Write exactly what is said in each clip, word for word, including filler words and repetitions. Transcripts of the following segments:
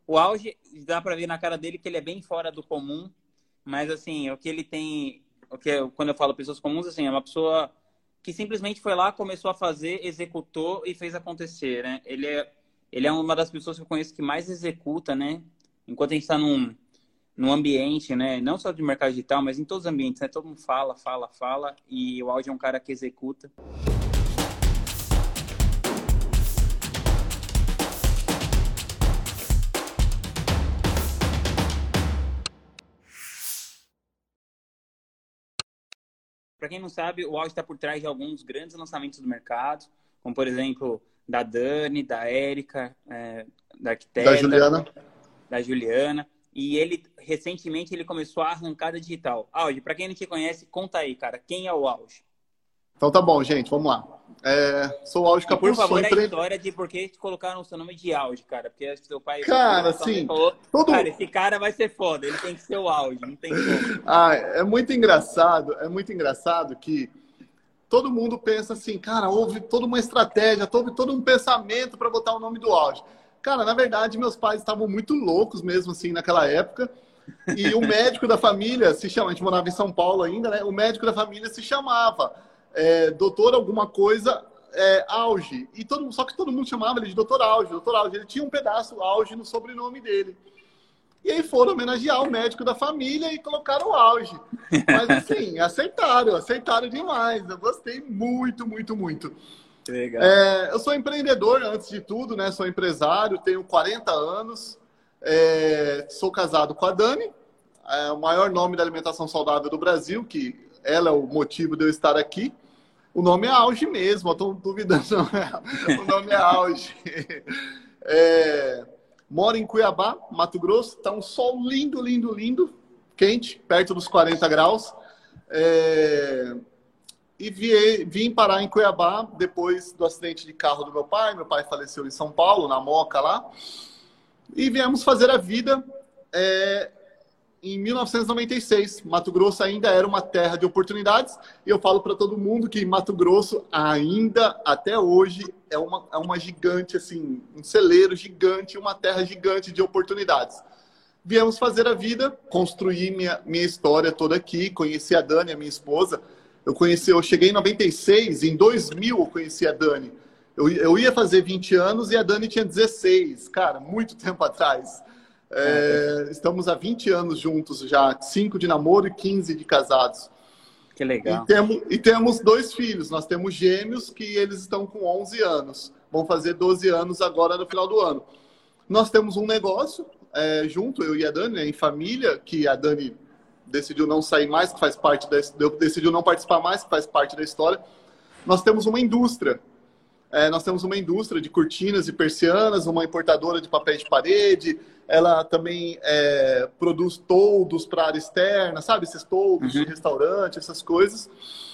O Auge, dá pra ver na cara dele que ele é bem fora do comum, mas assim, o que ele tem, o que eu- quando eu falo pessoas comuns, assim, é uma pessoa que simplesmente foi lá, começou a fazer, executou e fez acontecer, né? Ele é, ele é uma das pessoas que eu conheço que mais executa, né? Enquanto a gente está num, num ambiente, né? Não só de mercado digital, mas em todos os ambientes, né? Todo mundo fala, fala, fala, e o Auge é um cara que executa. Para quem não sabe, o Auge está por trás de alguns grandes lançamentos do mercado, como por exemplo, da Dani, da Érica, é, da Da Arquiteta, Juliana. da Juliana. E ele, recentemente, ele começou a arrancada digital. Auge, para quem não te conhece, conta aí, cara, quem é o Auge? Então tá bom, gente, vamos lá. É, sou o Auge E, por Capuz, sou favor, a empre... história de por que te colocaram o seu nome de Auge, cara. Porque acho que seu pai viu Cara, esse nome e assim, falou, cara, todo... esse cara vai ser foda, ele tem que ser o Auge, não tem como. Ah, é muito engraçado, é muito engraçado que todo mundo pensa assim, cara, houve toda uma estratégia, houve todo um pensamento para botar o nome do Auge. Cara, na verdade, meus pais estavam muito loucos mesmo, assim, naquela época. E o médico da família se chama, a gente morava em São Paulo ainda, né? O médico da família se chamava é, doutor alguma coisa é, Auge. E todo, só que todo mundo chamava ele de doutor Auge, doutor Auge. Ele tinha um pedaço Auge no sobrenome dele. E aí foram homenagear o médico da família e colocaram o Auge. Mas assim, aceitaram, aceitaram demais. Eu gostei muito, muito, muito. Que legal. É, eu sou empreendedor, antes de tudo, né? Sou empresário, tenho quarenta anos, é, sou casado com a Dani, é o maior nome da alimentação saudável do Brasil, que ela é o motivo de eu estar aqui. O nome é Auge mesmo, eu estou duvidando, não é? O nome é Auge. É, moro em Cuiabá, Mato Grosso, está um sol lindo, lindo, lindo, quente, perto dos quarenta graus. É, e vi, vim parar em Cuiabá depois do acidente de carro do meu pai. Meu pai faleceu em São Paulo, na Moca lá. E viemos fazer a vida é, em mil novecentos e noventa e seis. Mato Grosso ainda era uma terra de oportunidades. E eu falo para todo mundo que Mato Grosso ainda, até hoje, é uma, é uma gigante, assim, um celeiro gigante, uma terra gigante de oportunidades. Viemos fazer a vida, construir minha, minha história toda aqui, conheci a Dani, a minha esposa. Eu conheci, eu cheguei em noventa e seis, em dois mil eu conheci a Dani. Eu, eu ia fazer vinte anos e a Dani tinha dezesseis, cara, muito tempo atrás. É, estamos há vinte anos juntos já, cinco de namoro e quinze de casados. Que E legal. temos, e temos dois filhos, nós temos gêmeos que eles estão com onze anos. Vão fazer doze anos agora no final do ano. Nós temos um negócio é, junto, eu e a Dani, né, em família, que a Dani decidiu não sair mais, que faz parte da, decidiu não participar mais, que faz parte da história. Nós temos uma indústria. É, nós temos uma indústria de cortinas e persianas, uma importadora de papéis de parede. Ela também é, produz toldos para área externa, sabe? Esses toldos Uhum. de restaurante, essas coisas.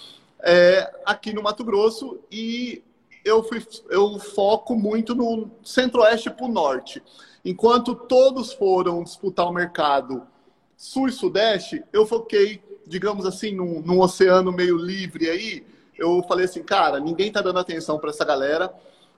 É, aqui no Mato Grosso. E eu, fui, eu foco muito no centro-oeste para o norte. Enquanto todos foram disputar o mercado sul e sudeste, eu foquei, digamos assim, num, num oceano meio livre aí. Eu falei assim, cara, ninguém tá dando atenção para essa galera.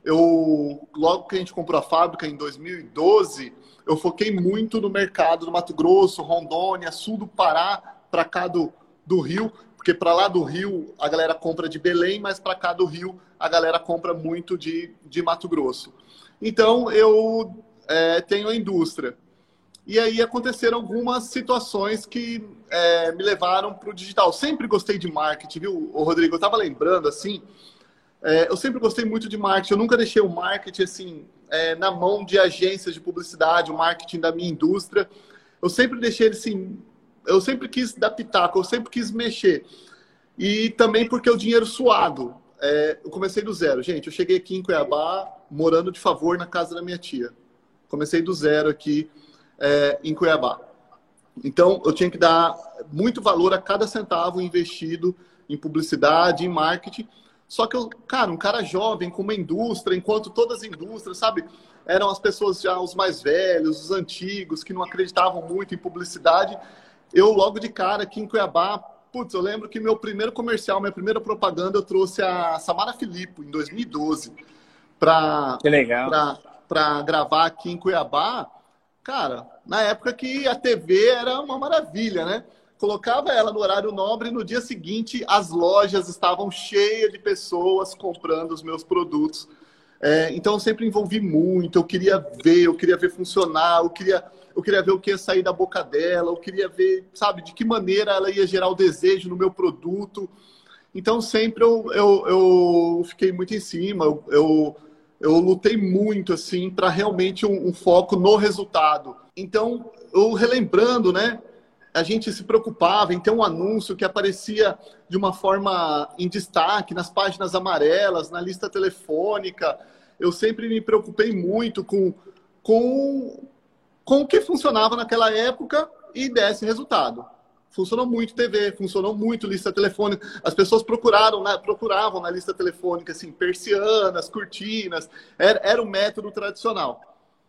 Eu, logo que a gente comprou a fábrica em dois mil e doze, eu foquei muito no mercado do Mato Grosso, Rondônia, sul do Pará, para cá do, do Rio, porque para lá do Rio a galera compra de Belém, mas para cá do Rio a galera compra muito de, de Mato Grosso. Então eu é, tenho a indústria. E aí aconteceram algumas situações que é, me levaram para o digital. Sempre gostei de marketing, viu, ô, Rodrigo? Eu estava lembrando, assim, é, eu sempre gostei muito de marketing. Eu nunca deixei o marketing, assim, é, na mão de agências de publicidade, o marketing da minha indústria. Eu sempre deixei ele, assim, eu sempre quis dar pitaco, eu sempre quis mexer. E também porque o dinheiro suado. É, eu comecei do zero. Gente, eu cheguei aqui em Cuiabá, morando de favor na casa da minha tia. Comecei do zero aqui. É, em Cuiabá. Então, eu tinha que dar muito valor a cada centavo investido em publicidade, em marketing. Só que eu, cara, um cara jovem com uma indústria, enquanto todas as indústrias, sabe, eram as pessoas já, os mais velhos, os antigos, que não acreditavam muito em publicidade. Eu, logo de cara, aqui em Cuiabá, putz, eu lembro que meu primeiro comercial, minha primeira propaganda, eu trouxe a Samara Filippo, em dois mil e doze, para Que legal. para gravar aqui em Cuiabá. Cara, na época que a T V era uma maravilha, né? Colocava ela no horário nobre e no dia seguinte as lojas estavam cheias de pessoas comprando os meus produtos. É, então eu sempre envolvi muito, eu queria ver, eu queria ver funcionar, eu queria, eu queria ver o que ia sair da boca dela, eu queria ver, sabe, de que maneira ela ia gerar o desejo no meu produto. Então sempre eu, eu, eu fiquei muito em cima, eu, eu, eu lutei muito assim para realmente um, um foco no resultado. Então, eu relembrando, né? A gente se preocupava em ter um anúncio que aparecia de uma forma em destaque, nas páginas amarelas, na lista telefônica. Eu sempre me preocupei muito com, com, com o que funcionava naquela época e desse resultado. Funcionou muito T V, funcionou muito lista telefônica. As pessoas procuraram, né, procuravam na lista telefônica assim, persianas, cortinas. Era, era o método tradicional.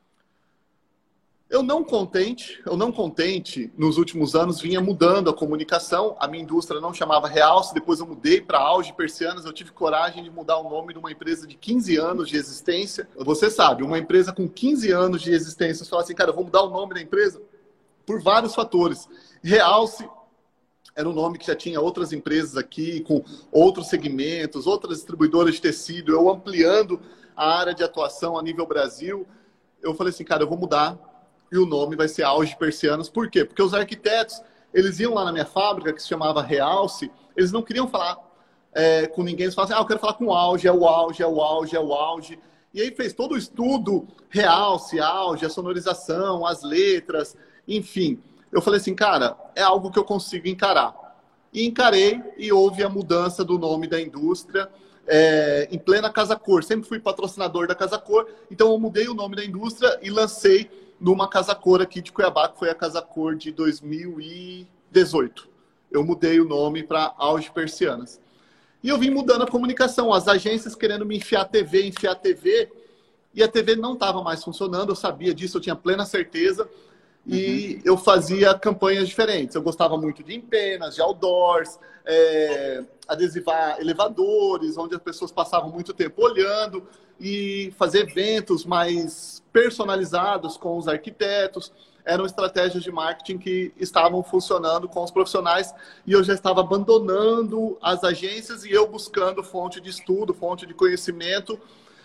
Eu não contente, eu não contente, nos últimos anos vinha mudando a comunicação. A minha indústria não chamava Realce, depois eu mudei para Auge Persianas. Eu tive coragem de mudar o nome de uma empresa de quinze anos de existência. Você sabe, uma empresa com quinze anos de existência, você fala assim, cara, eu vou mudar o nome da empresa por vários fatores. Realce era um nome que já tinha outras empresas aqui, com outros segmentos, outras distribuidoras de tecido, eu ampliando a área de atuação a nível Brasil. Eu falei assim, cara, eu vou mudar. E o nome vai ser Auge Persianas. Por quê? Porque os arquitetos, eles iam lá na minha fábrica, que se chamava Realce, eles não queriam falar é, com ninguém. Eles falavam assim, ah, eu quero falar com o Auge, é o Auge, é o Auge, é o Auge. E aí fez todo o estudo, Realce, Auge, a sonorização, as letras, enfim. Eu falei assim, cara, é algo que eu consigo encarar. E encarei e houve a mudança do nome da indústria é, em plena Casa Cor. Sempre fui patrocinador da Casa Cor, então eu mudei o nome da indústria e lancei numa Casa Cor aqui de Cuiabá, que foi a Casa Cor de dois mil e dezoito. Eu mudei o nome para Auge Persianas. E eu vim mudando a comunicação, as agências querendo me enfiar T V, enfiar T V, e a T V não estava mais funcionando, eu sabia disso, eu tinha plena certeza, e uhum. eu fazia campanhas diferentes. Eu gostava muito de empenas, de outdoors, é, adesivar elevadores, onde as pessoas passavam muito tempo olhando, e fazer eventos mais personalizados com os arquitetos. Eram estratégias de marketing que estavam funcionando com os profissionais e eu já estava abandonando as agências e eu buscando fonte de estudo, fonte de conhecimento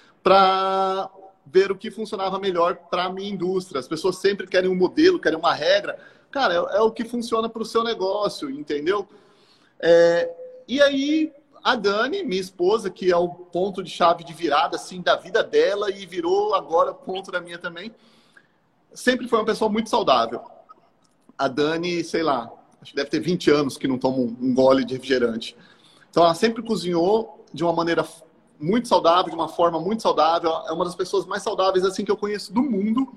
para ver o que funcionava melhor para a minha indústria. As pessoas sempre querem um modelo, querem uma regra. Cara, é, é o que funciona para o seu negócio, entendeu? É, e aí, a Dani, minha esposa, que é o ponto de chave de virada assim, da vida dela e virou agora ponto da minha também, sempre foi uma pessoa muito saudável. A Dani, sei lá, acho que deve ter vinte anos que não toma um gole de refrigerante. Então, ela sempre cozinhou de uma maneira muito saudável, de uma forma muito saudável. É uma das pessoas mais saudáveis assim que eu conheço do mundo.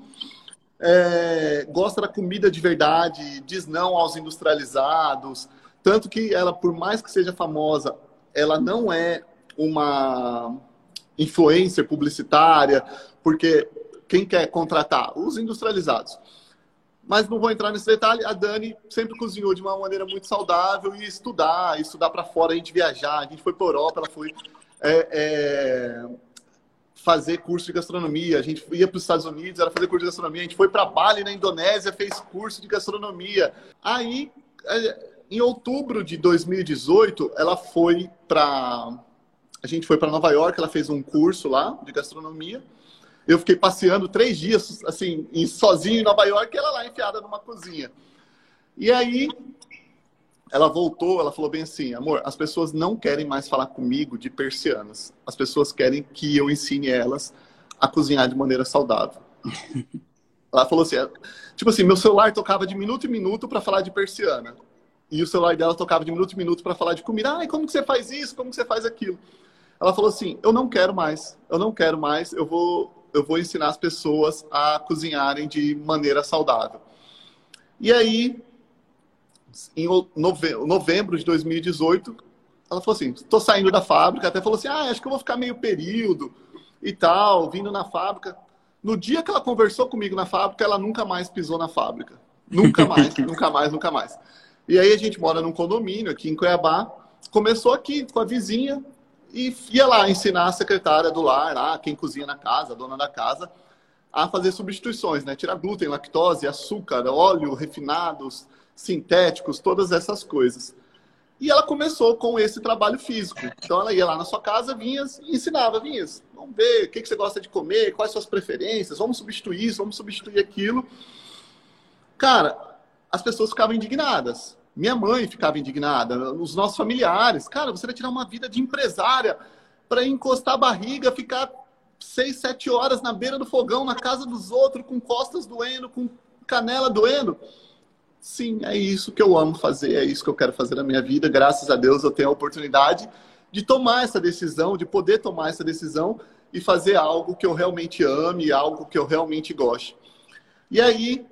É, gosta da comida de verdade, diz não aos industrializados. Tanto que ela, por mais que seja famosa, ela não é uma influencer publicitária, porque quem quer contratar? Os industrializados. Mas não vou entrar nesse detalhe. A Dani sempre cozinhou de uma maneira muito saudável e estudar, estudar para fora, a gente viajar. A gente foi para a Europa, ela foi é, é, fazer curso de gastronomia. A gente ia para os Estados Unidos, ela fazer curso de gastronomia. A gente foi para Bali, na Indonésia, fez curso de gastronomia. Aí, em outubro de dois mil e dezoito, ela foi para... A gente foi para Nova York, ela fez um curso lá de gastronomia. Eu fiquei passeando três dias, assim, sozinho em Nova York, e ela lá enfiada numa cozinha. E aí, ela voltou, ela falou bem assim, amor, as pessoas não querem mais falar comigo de persianas. As pessoas querem que eu ensine elas a cozinhar de maneira saudável. Ela falou assim, tipo assim, meu celular tocava de minuto em minuto para falar de persiana. E o celular dela tocava de minuto em minuto para falar de comida. Ai, como que você faz isso? Como que você faz aquilo? Ela falou assim, eu não quero mais, eu não quero mais, eu vou... eu vou ensinar as pessoas a cozinharem de maneira saudável. E aí, em novembro de dois mil e dezoito, ela falou assim, estou saindo da fábrica, até falou assim, ah, acho que eu vou ficar meio período e tal, vindo na fábrica. No dia que ela conversou comigo na fábrica, ela nunca mais pisou na fábrica. Nunca mais, nunca mais, nunca mais. E aí a gente mora num condomínio aqui em Cuiabá, começou aqui com a vizinha, e ia lá ensinar a secretária do lar, lá, quem cozinha na casa, a dona da casa, a fazer substituições, né? Tirar glúten, lactose, açúcar, óleo, refinados, sintéticos, todas essas coisas. E ela começou com esse trabalho físico. Então, ela ia lá na sua casa, vinha e ensinava, vinha, vamos ver o que você gosta de comer, quais suas preferências, vamos substituir isso, vamos substituir aquilo. Cara, as pessoas ficavam indignadas. Minha mãe ficava indignada, os nossos familiares. Cara, você vai tirar uma vida de empresária para encostar a barriga, ficar seis, sete horas na beira do fogão, na casa dos outros, com costas doendo, com canela doendo. Sim, é isso que eu amo fazer, é isso que eu quero fazer na minha vida. Graças a Deus eu tenho a oportunidade de tomar essa decisão, de poder tomar essa decisão e fazer algo que eu realmente ame, algo que eu realmente goste. E aí,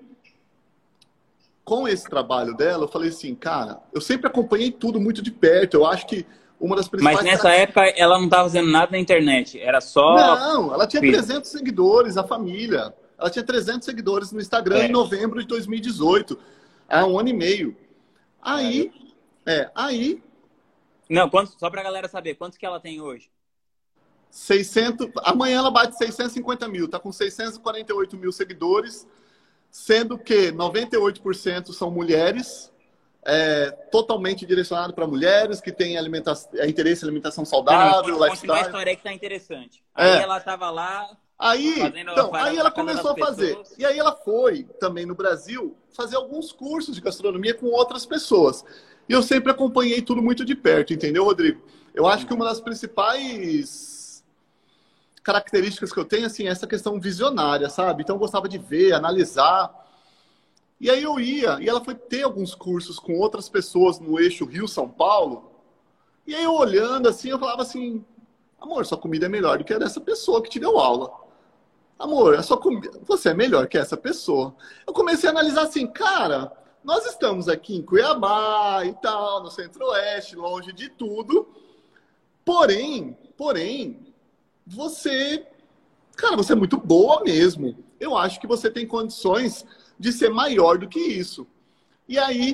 com esse trabalho dela, eu falei assim, cara, eu sempre acompanhei tudo muito de perto. Eu acho que uma das principais... Mas nessa época ela não estava fazendo nada na internet, era só... Não, ela tinha trezentos seguidores, a família. Ela tinha trezentos seguidores no Instagram é. em novembro de dois mil e dezoito. Há um ano e meio. Aí, é, é aí... Não, quantos, só pra galera saber, quantos que ela tem hoje? seiscentos, amanhã ela bate seiscentos e cinquenta mil, tá com seiscentos e quarenta e oito mil seguidores, sendo que noventa e oito por cento são mulheres, é, totalmente direcionado para mulheres, que têm alimentação, é, interesse em alimentação saudável, não, lifestyle. A história que tá interessante. Aí é. ela tava lá... Aí, então, aí ela começou a fazer. Pessoas. E aí ela foi, também no Brasil, fazer alguns cursos de gastronomia com outras pessoas. E eu sempre acompanhei tudo muito de perto, entendeu, Rodrigo? Eu acho que uma das principais características que eu tenho, assim, é essa questão visionária, sabe? Então eu gostava de ver, analisar. E aí eu ia, e ela foi ter alguns cursos com outras pessoas no eixo Rio-São Paulo. E aí eu olhando, assim, eu falava assim, amor, sua comida é melhor do que a dessa pessoa que te deu aula. Amor, a sua comida, você é melhor que essa pessoa. Eu comecei a analisar assim, cara, nós estamos aqui em Cuiabá e tal, no Centro-Oeste, longe de tudo. Porém, porém, você, cara, você é muito boa mesmo. Eu acho que você tem condições de ser maior do que isso. E aí,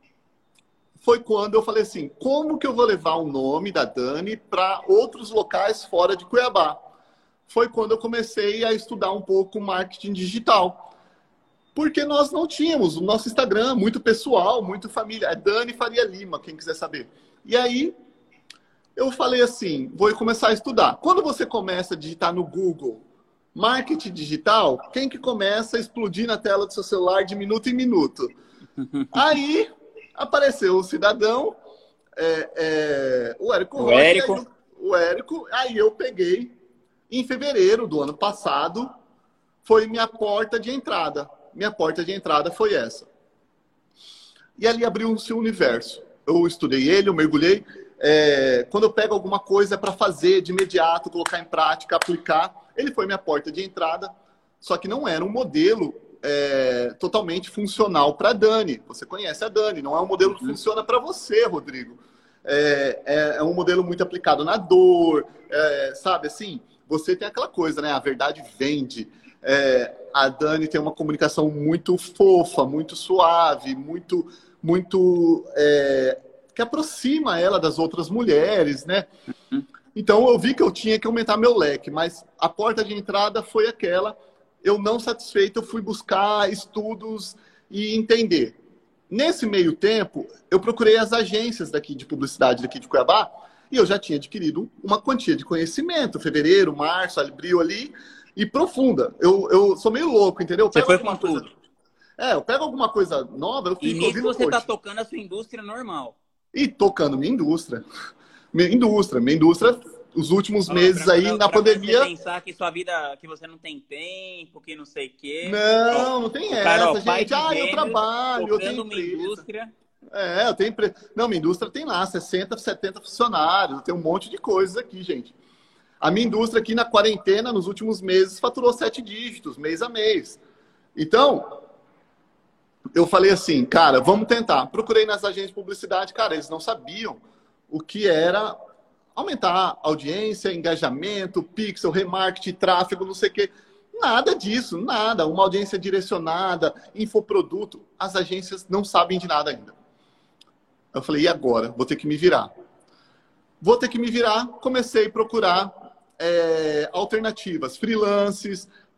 foi quando eu falei assim, como que eu vou levar o nome da Dani para outros locais fora de Cuiabá? Foi quando eu comecei a estudar um pouco marketing digital. Porque nós não tínhamos o nosso Instagram, muito pessoal, muito família. É Dani Faria Lima, quem quiser saber. E aí, eu falei assim, vou começar a estudar. Quando você começa a digitar no Google marketing digital, quem que começa a explodir na tela do seu celular de minuto em minuto? Aí, apareceu o cidadão, é, é, o Érico o Rocha. Érico. Aí, o Érico. Aí eu peguei... Em fevereiro do ano passado, foi minha porta de entrada. Minha porta de entrada foi essa. E ali abriu-se um universo. Eu estudei ele, eu mergulhei. É, quando eu pego alguma coisa para fazer de imediato, colocar em prática, aplicar, ele foi minha porta de entrada. Só que não era um modelo é, totalmente funcional para a Dani. Você conhece a Dani, não é um modelo que funciona para você, Rodrigo. É, é, é um modelo muito aplicado na dor, é, sabe assim? Você tem aquela coisa, né? A verdade vende. É, a Dani tem uma comunicação muito fofa, muito suave, muito, muito é, que aproxima ela das outras mulheres, né? Então eu vi que eu tinha que aumentar meu leque, mas a porta de entrada foi aquela. Eu não satisfeito, eu fui buscar estudos e entender. Nesse meio tempo, eu procurei as agências daqui de publicidade daqui de Cuiabá. E eu já tinha adquirido uma quantia de conhecimento, fevereiro, março, abril ali, e profunda. Eu, eu sou meio louco, entendeu? Eu você foi com tudo. Coisa... É, eu pego alguma coisa nova, eu fico E nisso você está coach. tocando a sua indústria normal. E tocando minha indústria. Minha indústria. Minha indústria, os últimos oh, meses pra, aí, pra, na pra pandemia... Você pensar que sua vida, que você não tem tempo, que não sei o quê. Não, não tem essa, cara, ó, gente. Ah, eu trabalho, eu tenho uma indústria... É, eu tenho empresa. Não, minha indústria tem lá sessenta, setenta funcionários. Eu tenho um monte de coisas aqui, gente. A minha indústria aqui na quarentena, nos últimos meses, faturou sete dígitos, mês a mês. Então, eu falei assim, cara, vamos tentar. Procurei nas agências de publicidade, cara, eles não sabiam o que era aumentar a audiência, engajamento, pixel, remarketing, tráfego, não sei o quê. Nada disso, nada. Uma audiência direcionada, infoproduto. As agências não sabem de nada ainda. Eu falei, e agora? Vou ter que me virar. Vou ter que me virar. Comecei a procurar é, alternativas, freelances,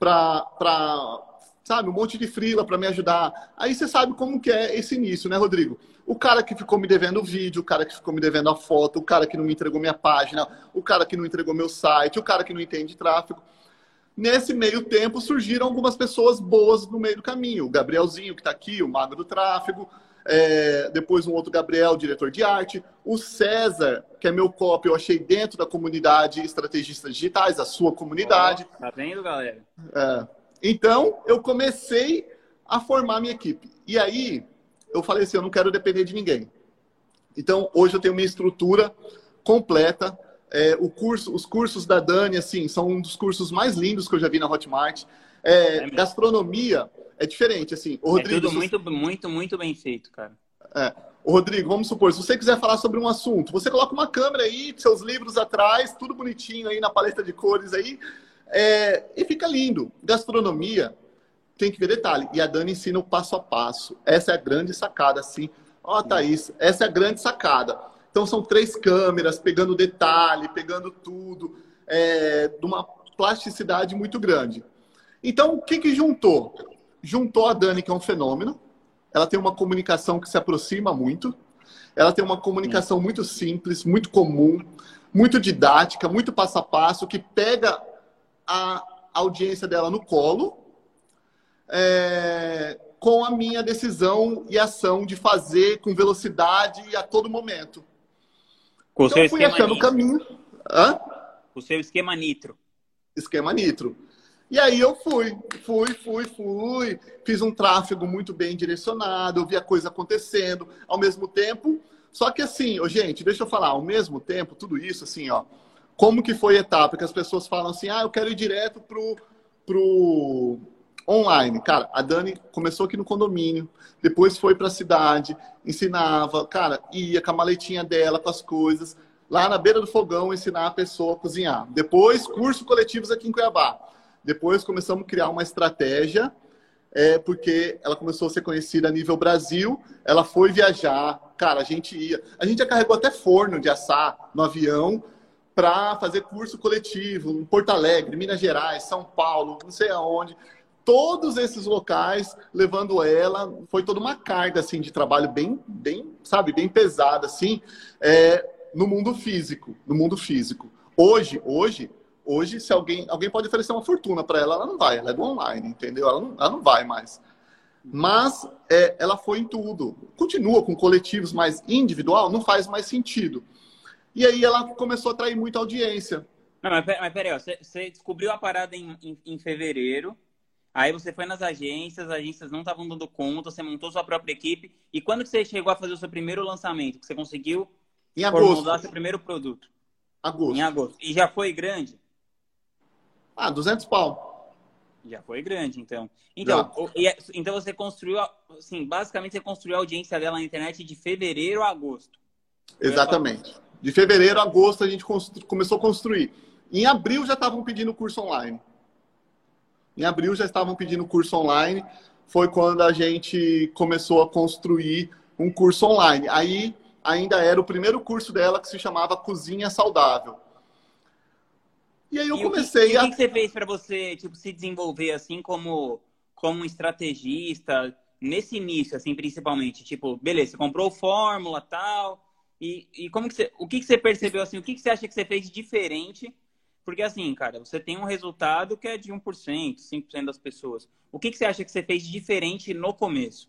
para, sabe, um monte de freela para me ajudar. Aí você sabe como que é esse início, né, Rodrigo? O cara que ficou me devendo o vídeo, o cara que ficou me devendo a foto, o cara que não me entregou minha página, o cara que não entregou meu site, o cara que não entende tráfego. Nesse meio tempo, surgiram algumas pessoas boas no meio do caminho. O Gabrielzinho, que está aqui, o Mago do Tráfego. É, depois um outro Gabriel, diretor de arte. O César, que é meu copy, eu achei dentro da comunidade Estrategistas Digitais, a sua comunidade. Oh, tá vendo, galera? É. Então, eu comecei a formar minha equipe. E aí, eu falei assim, eu não quero depender de ninguém. Então, hoje eu tenho minha estrutura completa. É, o curso, os cursos da Dani, assim, são um dos cursos mais lindos que eu já vi na Hotmart. É, é gastronomia é diferente, assim. O Rodrigo, é tudo muito, muito, muito bem feito, cara. É. O Rodrigo, vamos supor, se você quiser falar sobre um assunto, você coloca uma câmera aí, seus livros atrás, tudo bonitinho aí na paleta de cores aí, é, e fica lindo. Gastronomia tem que ver detalhe. E a Dani ensina o passo a passo. Essa é a grande sacada, assim. Ó, oh, Thaís, essa é a grande sacada. Então, são três câmeras, pegando detalhe, pegando tudo, é, de uma plasticidade muito grande. Então, o que que juntou? Juntou a Dani, que é um fenômeno. Ela tem uma comunicação que se aproxima muito. Ela tem uma comunicação muito simples, muito comum, muito didática, muito passo a passo, que pega a audiência dela no colo, é, com a minha decisão e ação de fazer com velocidade e a todo momento. Com o então, seu fui esquema achando o caminho. Hã? O seu esquema nitro. Esquema nitro. E aí eu fui, fui, fui, fui. Fiz um tráfego muito bem direcionado, eu vi a coisa acontecendo ao mesmo tempo. Só que assim, oh, gente, deixa eu falar, ao mesmo tempo, tudo isso, assim, ó. Como que foi a etapa? Que as pessoas falam assim, ah, eu quero ir direto pro, pro online. Cara, a Dani começou aqui no condomínio, depois foi para a cidade, ensinava, cara, ia com a maletinha dela, com as coisas, lá na beira do fogão, ensinar a pessoa a cozinhar. Depois, curso coletivos aqui em Cuiabá. Depois começamos a criar uma estratégia, é, porque ela começou a ser conhecida a nível Brasil, ela foi viajar, cara, a gente ia, a gente já carregou até forno de assar no avião para fazer curso coletivo em Porto Alegre, Minas Gerais, São Paulo, não sei aonde. Todos esses locais, levando ela, foi toda uma carga assim, de trabalho bem, bem, sabe, bem pesada, assim, é, no mundo físico, no mundo físico. Hoje, hoje, hoje, se alguém, alguém pode oferecer uma fortuna para ela, ela não vai, ela é do online, entendeu? Ela não, ela não vai mais. Mas é, ela foi em tudo. Continua com coletivos, mas individual não faz mais sentido. E aí ela começou a atrair muita audiência. Não, mas, mas peraí, ó, você, você descobriu a parada em, em, em fevereiro. Aí você foi nas agências, as agências não estavam dando conta, você montou sua própria equipe. E quando que você chegou a fazer o seu primeiro lançamento? Que você conseguiu em agosto. formular seu primeiro produto? Agosto. Em agosto. E já foi grande? Ah, duzentos pau. Já foi grande, então. Então, o, e, então você construiu, assim, basicamente você construiu a audiência dela na internet de fevereiro a agosto. Exatamente. De fevereiro a agosto a gente começou a construir. Em abril já estavam pedindo curso online. Em abril já estavam pedindo curso online. Foi quando a gente começou a construir um curso online. Aí ainda era o primeiro curso dela que se chamava Cozinha Saudável. E aí eu e comecei o que, a... E o que você fez para você tipo, se desenvolver assim como, como um estrategista nesse início, assim, principalmente? Tipo, beleza, você comprou fórmula e tal. E, e como que você, o que, que você percebeu assim? O que, que você acha que você fez de diferente? Porque assim, cara, você tem um resultado que é de um por cento, cinco por cento das pessoas. O que, que você acha que você fez de diferente no começo?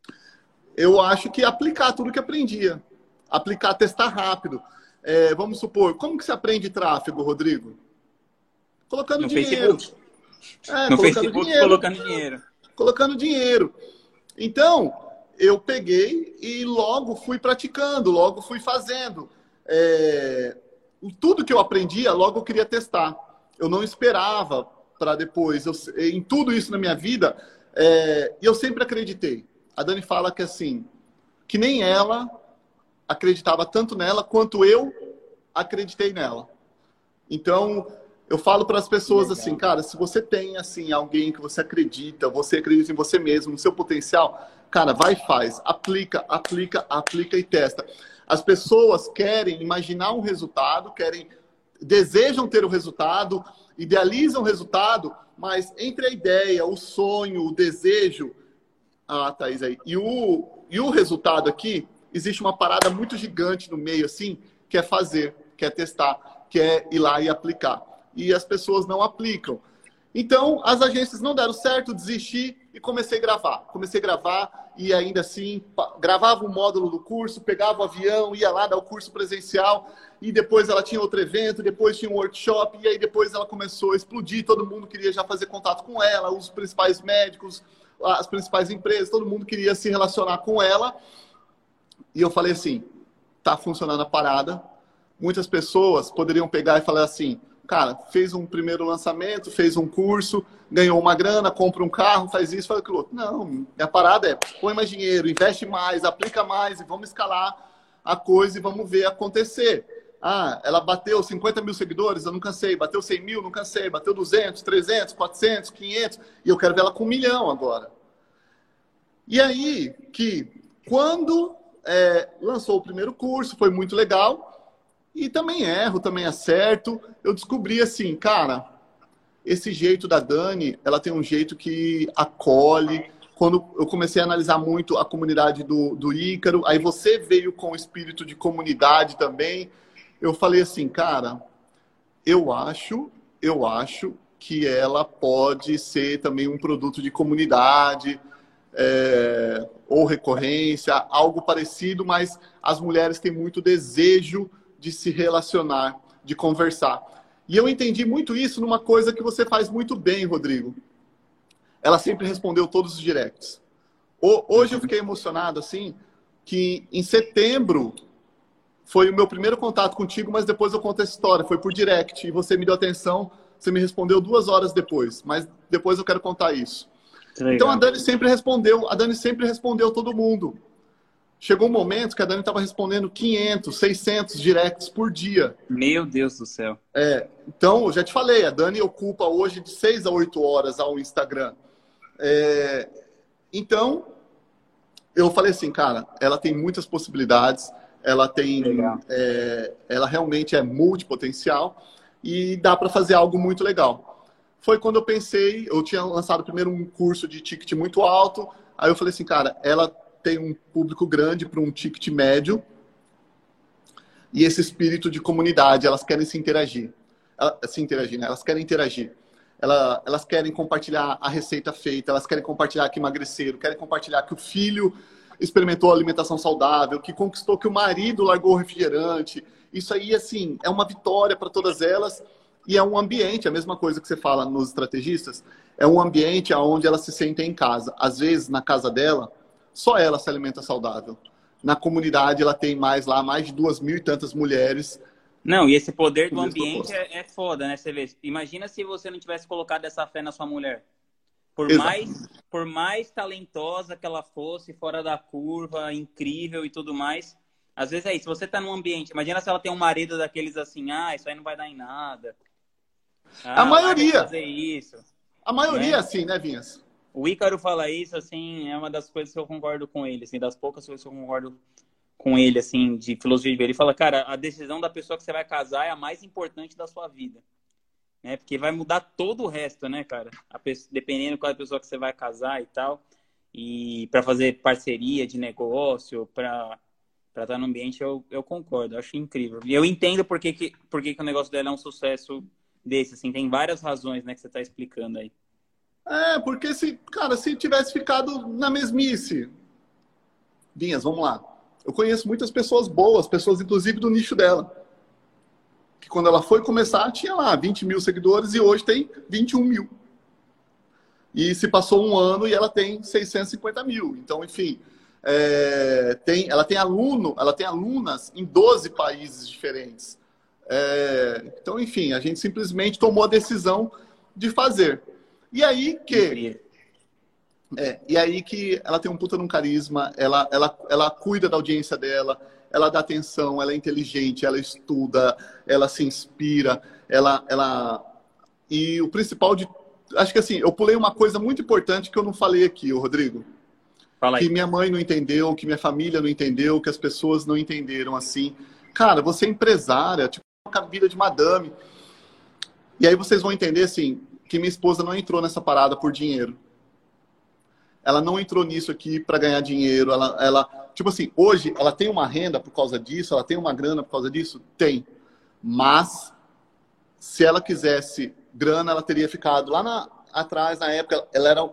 Eu acho que aplicar tudo que aprendia. Aplicar, testar rápido. É, vamos supor, como que você aprende tráfego, Rodrigo? Colocando no dinheiro. Facebook. É, no colocando Facebook, dinheiro. colocando dinheiro. Colocando dinheiro. Então, eu peguei e logo fui praticando, logo fui fazendo. É... Tudo que eu aprendia, logo eu queria testar. Eu não esperava para depois. Eu, em tudo isso na minha vida, é, eu sempre acreditei. A Dani fala que assim, que nem ela acreditava tanto nela quanto eu acreditei nela. Então, eu falo para as pessoas assim, cara, se você tem assim alguém que você acredita, você acredita em você mesmo, no seu potencial, cara, vai e faz. Aplica, aplica, aplica e testa. As pessoas querem imaginar um resultado, querem, desejam ter o resultado idealizam o resultado, mas entre a ideia, o sonho, o desejo, ah, Thaís aí, e o, e o resultado aqui, existe uma parada muito gigante no meio, assim, que é fazer, que é testar, que é ir lá e aplicar. E as pessoas não aplicam. Então, as agências não deram certo, desisti e comecei a gravar. Comecei a gravar e ainda assim, gravava um módulo do curso, pegava o avião, ia lá dar o curso presencial e depois ela tinha outro evento, depois tinha um workshop e aí depois ela começou a explodir, todo mundo queria já fazer contato com ela, os principais médicos, as principais empresas, todo mundo queria se relacionar com ela. E eu falei assim, tá funcionando a parada. Muitas pessoas poderiam pegar e falar assim, cara, fez um primeiro lançamento, fez um curso, ganhou uma grana, compra um carro, faz isso, faz aquilo outro. Não, a parada é, põe mais dinheiro, investe mais, aplica mais e vamos escalar a coisa e vamos ver acontecer. Ah, ela bateu cinquenta mil seguidores, eu não cansei. Bateu cem mil, não cansei. Bateu duzentos, trezentos, quatrocentos, quinhentos. E eu quero ver ela com um milhão agora. E aí, que quando é, lançou o primeiro curso, foi muito legal. E também erro, também acerto. Eu descobri assim, cara, esse jeito da Dani, ela tem um jeito que acolhe. Quando eu comecei a analisar muito a comunidade do, do Ícaro, aí você veio com o espírito de comunidade também. Eu falei assim, cara, eu acho, eu acho que ela pode ser também um produto de comunidade, é, ou recorrência, algo parecido, mas as mulheres têm muito desejo de se relacionar, de conversar. E eu entendi muito isso numa coisa que você faz muito bem, Rodrigo. Ela sempre respondeu todos os directs. Hoje eu fiquei emocionado, assim, que em setembro foi o meu primeiro contato contigo, mas depois eu conto essa história. Foi por direct e você me deu atenção, você me respondeu duas horas depois, mas depois eu quero contar isso. Então a Dani sempre respondeu, a Dani sempre respondeu todo mundo. Chegou um momento que a Dani estava respondendo quinhentos, seiscentos directs por dia. Meu Deus do céu. É, então, eu já te falei, a Dani ocupa hoje de seis a oito horas ao Instagram. É, então, eu falei assim, cara, ela tem muitas possibilidades, ela tem, é, ela realmente é multipotencial e dá para fazer algo muito legal. Foi quando eu pensei, eu tinha lançado primeiro um curso de ticket muito alto, aí eu falei assim, cara, ela tem um público grande para um ticket médio e esse espírito de comunidade, elas querem se interagir, ela, se interagir, né? Elas querem interagir. Ela, elas querem compartilhar a receita feita, elas querem compartilhar que emagreceram, querem compartilhar que o filho experimentou alimentação saudável, que conquistou que o marido largou o refrigerante. Isso aí, assim, é uma vitória para todas elas e é um ambiente, a mesma coisa que você fala nos estrategistas, é um ambiente onde elas se sentem em casa. Às vezes, na casa dela, só ela se alimenta saudável. Na comunidade, ela tem mais lá, mais de duas mil e tantas mulheres. Não, e esse poder do ambiente é, é foda, né? Você vê, imagina se você não tivesse colocado essa fé na sua mulher. Por mais, por mais talentosa que ela fosse, fora da curva, incrível e tudo mais, às vezes é isso. Se você tá num ambiente, imagina se ela tem um marido daqueles assim, ah, isso aí não vai dar em nada. Ah, a maioria. Fazer isso, a maioria, né? Assim, né, Vinhas? O Ícaro fala isso, assim, é uma das coisas que eu concordo com ele, assim, das poucas coisas que eu concordo com ele, assim, de filosofia de vida. Ele fala, cara, a decisão da pessoa que você vai casar é a mais importante da sua vida. Né? Porque vai mudar todo o resto, né, cara? A pessoa, dependendo qual é a pessoa que você vai casar e tal. E para fazer parceria de negócio, para para estar no ambiente, eu, eu concordo, eu acho incrível. E eu entendo por que, que, por que, que o negócio dela é um sucesso desse, assim, tem várias razões, né, que você está explicando aí. É, porque se, cara, se tivesse ficado na mesmice. Vinhas, vamos lá. Eu conheço muitas pessoas boas, pessoas inclusive do nicho dela. Que quando ela foi começar, tinha lá vinte mil seguidores e hoje tem vinte e um mil. E se passou um ano e ela tem seiscentos e cinquenta mil. Então, enfim, é, tem, ela tem aluno, ela tem alunas em doze países diferentes. É, então, enfim, a gente simplesmente tomou a decisão de fazer. E aí que... É, e aí que ela tem um puta num carisma, ela, ela, ela cuida da audiência dela, ela dá atenção, ela é inteligente, ela estuda, ela se inspira, ela, ela... E o principal de... Acho que assim, eu pulei uma coisa muito importante que eu não falei aqui, ô Rodrigo. Fala aí. Que minha mãe não entendeu, que minha família não entendeu, que as pessoas não entenderam, assim. Cara, você é empresária, tipo, uma vida de madame. E aí vocês vão entender, assim, que minha esposa não entrou nessa parada por dinheiro. Ela não entrou nisso aqui para ganhar dinheiro. Ela, ela, tipo assim, hoje ela tem uma renda por causa disso, ela tem uma grana por causa disso? Tem. Mas, se ela quisesse grana, ela teria ficado lá na, atrás, na época, ela era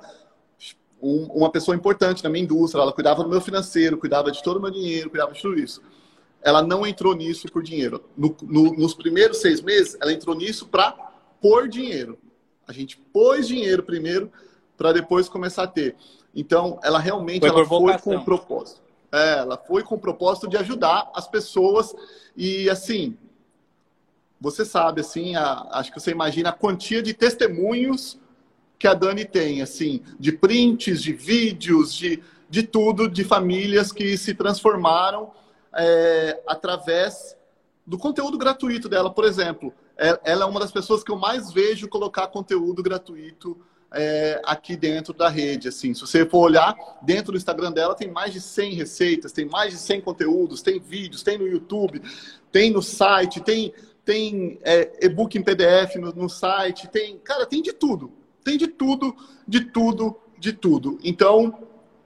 um, uma pessoa importante na minha indústria, ela cuidava do meu financeiro, cuidava de todo o meu dinheiro, cuidava de tudo isso. Ela não entrou nisso por dinheiro. No, no, nos primeiros seis meses, ela entrou nisso para pôr dinheiro. A gente pôs dinheiro primeiro para depois começar a ter. Então, ela realmente foi, ela foi com o propósito. É, ela foi com o propósito de ajudar as pessoas. E, assim, você sabe, assim, a, acho que você imagina a quantia de testemunhos que a Dani tem, assim, de prints, de vídeos, de, de tudo, de famílias que se transformaram é, através do conteúdo gratuito dela. Por exemplo, ela é uma das pessoas que eu mais vejo colocar conteúdo gratuito é, aqui dentro da rede. Assim. Se você for olhar, dentro do Instagram dela tem mais de cem receitas, tem mais de cem conteúdos, tem vídeos, tem no YouTube, tem no site, tem, tem é, e-book em P D F no, no site, tem, cara, tem de tudo. Tem de tudo, de tudo, de tudo. Então,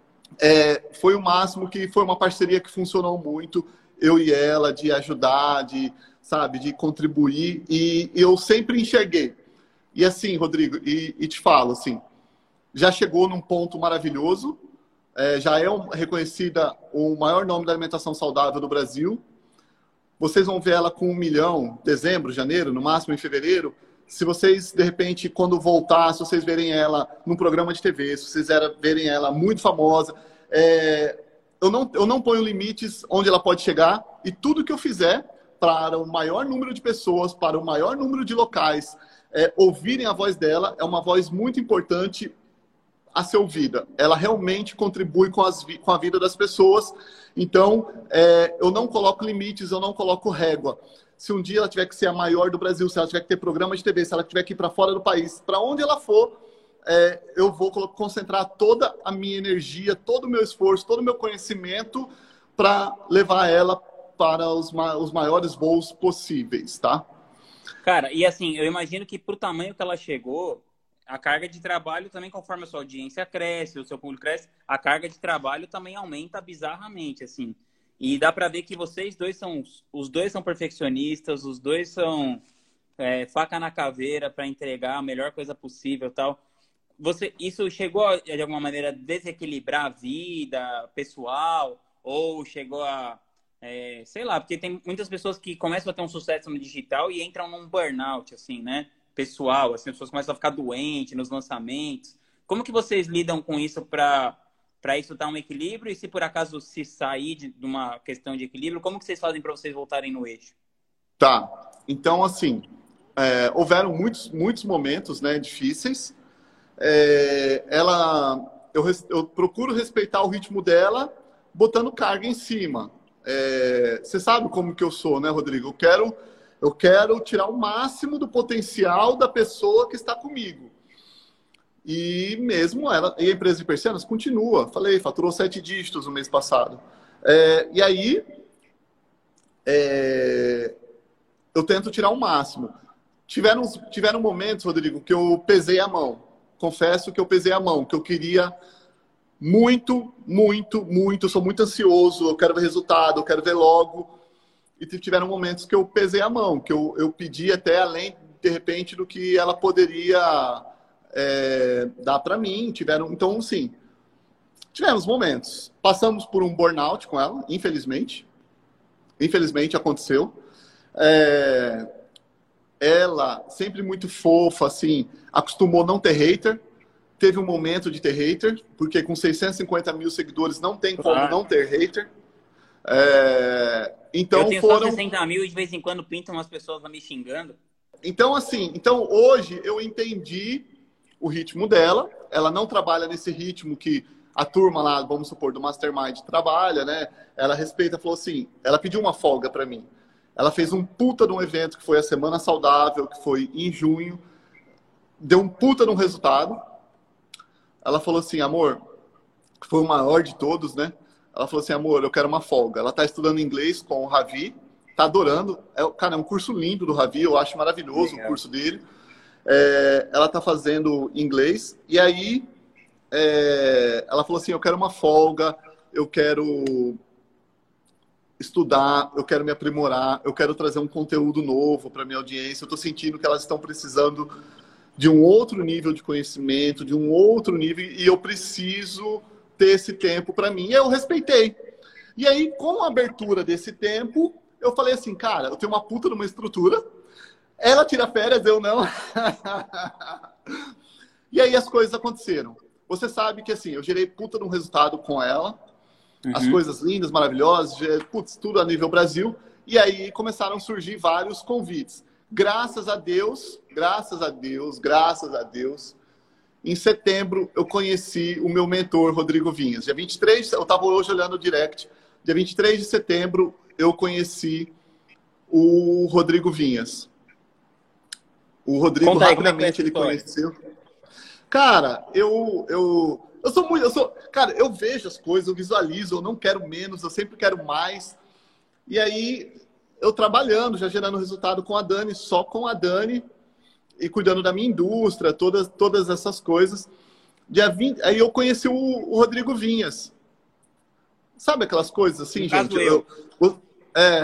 é, foi o máximo que foi uma parceria que funcionou muito, eu e ela, de ajudar, de, sabe, de contribuir. E eu sempre enxerguei. E assim, Rodrigo, e, e te falo, assim, já chegou num ponto maravilhoso, é, já é um, reconhecida o maior nome da alimentação saudável do Brasil. Vocês vão ver ela com um milhão, dezembro, janeiro, no máximo em fevereiro. Se vocês, de repente, quando voltar, se vocês verem ela num programa de T V, se vocês verem ela muito famosa, é, eu, não, eu não ponho limites onde ela pode chegar, e tudo que eu fizer para o maior número de pessoas, para o maior número de locais, é, ouvirem a voz dela, é uma voz muito importante a ser ouvida. Ela realmente contribui com, as, com a vida das pessoas. Então, é, eu não coloco limites, eu não coloco régua. Se um dia ela tiver que ser a maior do Brasil, se ela tiver que ter programa de T V, se ela tiver que ir para fora do país, para onde ela for, é, eu vou concentrar toda a minha energia, todo o meu esforço, todo o meu conhecimento para levar ela para os, ma os maiores voos possíveis, tá? Cara, e assim, eu imagino que pro tamanho que ela chegou, a carga de trabalho também, conforme a sua audiência cresce, o seu público cresce, a carga de trabalho também aumenta bizarramente, assim. E dá pra ver que vocês dois são, os dois são perfeccionistas, os dois são é, faca na caveira para entregar a melhor coisa possível, tal. Você, isso chegou a, de alguma maneira, desequilibrar a vida pessoal? Ou chegou a, é, sei lá, porque tem muitas pessoas que começam a ter um sucesso no digital e entram num burnout, assim, né? Pessoal, assim, as pessoas começam a ficar doentes nos lançamentos. Como que vocês lidam com isso para para isso dar um equilíbrio? E se por acaso se sair de, de uma questão de equilíbrio, como que vocês fazem para vocês voltarem no eixo? Tá. Então, assim, é, houveram muitos, muitos momentos, né, difíceis. É, ela, eu, eu procuro respeitar o ritmo dela, botando carga em cima. É, você sabe como que eu sou, né, Rodrigo? Eu quero, eu quero tirar o máximo do potencial da pessoa que está comigo. E mesmo ela, e a empresa de persianas continua. Falei, faturou sete dígitos no mês passado. É, e aí, é, eu tento tirar o máximo. Tiveram, tiveram momentos, Rodrigo, que eu pesei a mão. Confesso que eu pesei a mão, que eu queria muito, muito, muito. Eu sou muito ansioso, eu quero ver resultado, eu quero ver logo. E tiveram momentos que eu pesei a mão, que eu, eu pedi até além, de repente, do que ela poderia... É, dá para mim, tiveram, então sim, tivemos momentos, passamos por um burnout com ela, infelizmente, infelizmente aconteceu, é, ela sempre muito fofa, assim, acostumou não ter hater, teve um momento de ter hater, porque com seiscentos e cinquenta mil seguidores não tem como Claro. não ter hater, é, então eu tenho foram... só sessenta mil e de vez em quando pintam umas pessoas lá me xingando. Então assim, então hoje eu entendi o ritmo dela, ela não trabalha nesse ritmo que a turma lá, vamos supor, do Mastermind trabalha, né? Ela respeita, falou assim, ela pediu uma folga para mim. Ela fez um puta de um evento que foi a Semana Saudável, que foi em junho, deu um puta de um resultado. Ela falou assim, amor, que foi o maior de todos, né? Ela falou assim, amor, eu quero uma folga. Ela tá estudando inglês com o Ravi, tá adorando. É, cara, é um curso lindo do Ravi, eu acho maravilhoso Legal. O curso dele. É, ela tá fazendo inglês, e aí é, ela falou assim, eu quero uma folga, eu quero estudar, eu quero me aprimorar, eu quero trazer um conteúdo novo para minha audiência, eu tô sentindo que elas estão precisando de um outro nível de conhecimento, de um outro nível, e eu preciso ter esse tempo para mim. E eu respeitei. E aí, com a abertura desse tempo, eu falei assim, cara, eu tenho uma puta numa estrutura, ela tira férias, eu não. E aí as coisas aconteceram. Você sabe que, assim, eu gerei puta num resultado com ela, uhum. As coisas lindas, maravilhosas, putz, tudo a nível Brasil, e aí começaram a surgir vários convites. Graças a Deus, graças a Deus, graças a Deus, em setembro eu conheci o meu mentor, Rodrigo Vinhas. Dia vinte e três, eu estava hoje olhando o direct, dia vinte e três de setembro eu conheci o Rodrigo Vinhas. O Rodrigo, Conta aí, rapidamente, ele conheceu. Cara, eu, eu, eu sou muito, eu sou, cara, eu vejo as coisas, eu visualizo, eu não quero menos, eu sempre quero mais. E aí, eu trabalhando, já gerando resultado com a Dani, só com a Dani, e cuidando da minha indústria, todas, todas essas coisas. Dia vinte, aí eu conheci o, o Rodrigo Vinhas. Sabe aquelas coisas assim, no gente? Caso eu. eu é...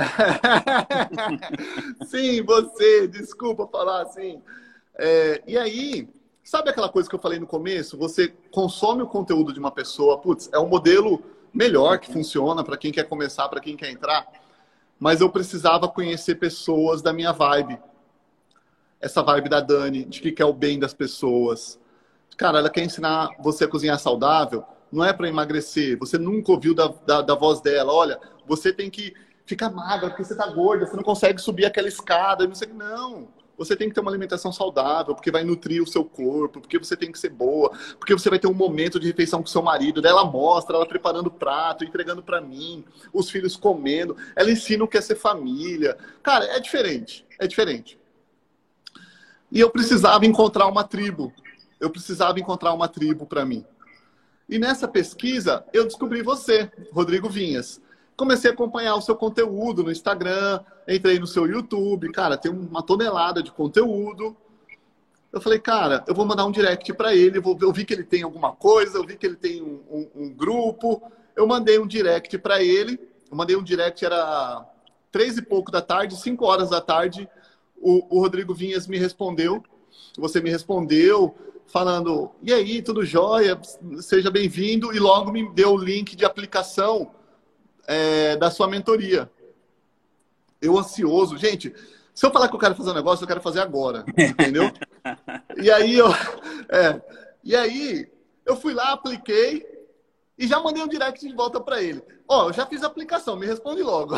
Sim, você, desculpa falar assim. É, e aí, sabe aquela coisa que eu falei no começo? Você consome o conteúdo de uma pessoa, putz, é um modelo melhor que funciona para quem quer começar, para quem quer entrar. Mas eu precisava conhecer pessoas da minha vibe. Essa vibe da Dani, de que quer o bem das pessoas. Cara, ela quer ensinar você a cozinhar saudável, não é para emagrecer. Você nunca ouviu da, da, da voz dela, olha, você tem que ficar magra porque você tá gorda, você não consegue subir aquela escada. Não sei. Não, você tem que ter uma alimentação saudável, porque vai nutrir o seu corpo, porque você tem que ser boa, porque você vai ter um momento de refeição com seu marido. Daí ela mostra, ela preparando o prato, entregando para mim, os filhos comendo. Ela ensina o que é ser família. Cara, é diferente, é diferente. E eu precisava encontrar uma tribo. Eu precisava encontrar uma tribo para mim. E nessa pesquisa, eu descobri você, Rodrigo Vinhas. Comecei a acompanhar o seu conteúdo no Instagram, entrei no seu YouTube. Cara, tem uma tonelada de conteúdo. Eu falei, cara, eu vou mandar um direct para ele. Eu vi que ele tem alguma coisa, eu vi que ele tem um, um, um grupo. Eu mandei um direct para ele. Eu mandei um direct, era três e pouco da tarde, cinco horas da tarde. O, o Rodrigo Vinhas me respondeu. Você me respondeu falando, e aí, tudo jóia? Seja bem-vindo. E logo me deu o link de aplicação é, da sua mentoria. Eu ansioso. Gente, se eu falar que eu quero fazer um negócio, eu quero fazer agora. Entendeu? E aí, eu, é, e aí, eu fui lá, apliquei e já mandei um direct de volta para ele. Ó, oh, eu já fiz a aplicação, me responde logo.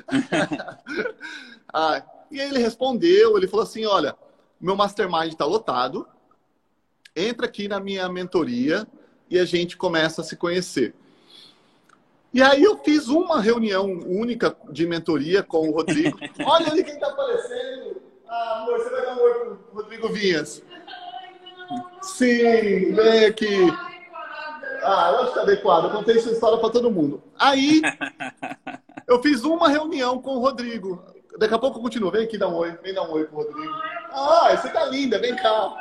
ah, e aí ele respondeu, ele falou assim, olha, meu mastermind está lotado, entra aqui na minha mentoria e a gente começa a se conhecer. E aí eu fiz uma reunião única de mentoria com o Rodrigo. Olha ali quem está aparecendo. Ah, amor, você vai dar um oi pro Rodrigo Vinhas. Sim, vem aqui. Ah, eu acho que é adequado. Eu contei essa história para todo mundo. Aí eu fiz uma reunião com o Rodrigo. Daqui a pouco eu continuo. Vem aqui dar um oi. Vem dar um oi pro Rodrigo. Ah, você tá linda. Vem cá.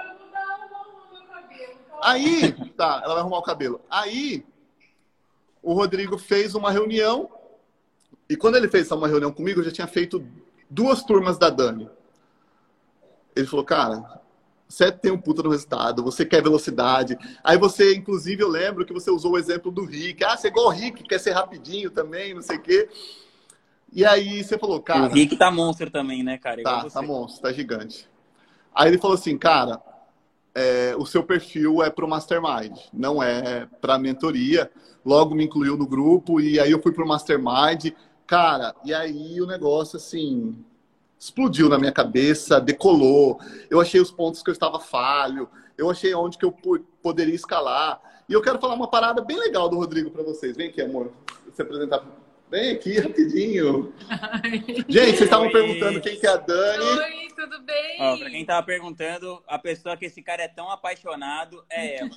Aí, tá, ela vai arrumar o cabelo. Aí, o Rodrigo fez uma reunião. E quando ele fez uma reunião comigo, eu já tinha feito duas turmas da Dani. Ele falou, cara, você tem um puta no resultado, você quer velocidade. Aí você, inclusive, eu lembro que você usou o exemplo do Rick. Ah, você é igual o Rick, quer ser rapidinho também, não sei o quê. E aí você falou, cara... O Rick tá monstro também, né, cara? Tá, tá monstro, tá gigante. Aí ele falou assim, cara, é, o seu perfil é pro Mastermind, não é pra mentoria. Logo me incluiu no grupo e aí eu fui pro Mastermind. Cara, e aí o negócio, assim, explodiu na minha cabeça, decolou. Eu achei os pontos que eu estava falho, eu achei onde que eu poderia escalar. E eu quero falar uma parada bem legal do Rodrigo para vocês. Vem aqui, amor, se apresentar. Vem aqui, rapidinho. Ai. Gente, vocês estavam perguntando quem que é a Dani. Oi, tudo bem? Ó, pra quem tava perguntando, a pessoa que esse cara é tão apaixonado é ela.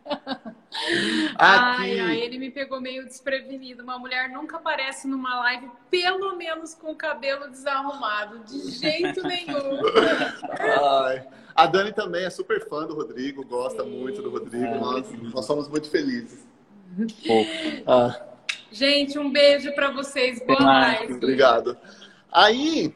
Ai, ai, ele me pegou meio desprevenido. Uma mulher nunca aparece numa live, pelo menos com o cabelo desarrumado. De jeito nenhum. Ai. A Dani também é super fã do Rodrigo, gosta Sim. muito do Rodrigo. É. Nós, nós somos muito felizes. Pô. Ah, Gente, um beijo pra vocês. Boa mais. live. obrigado. Aí,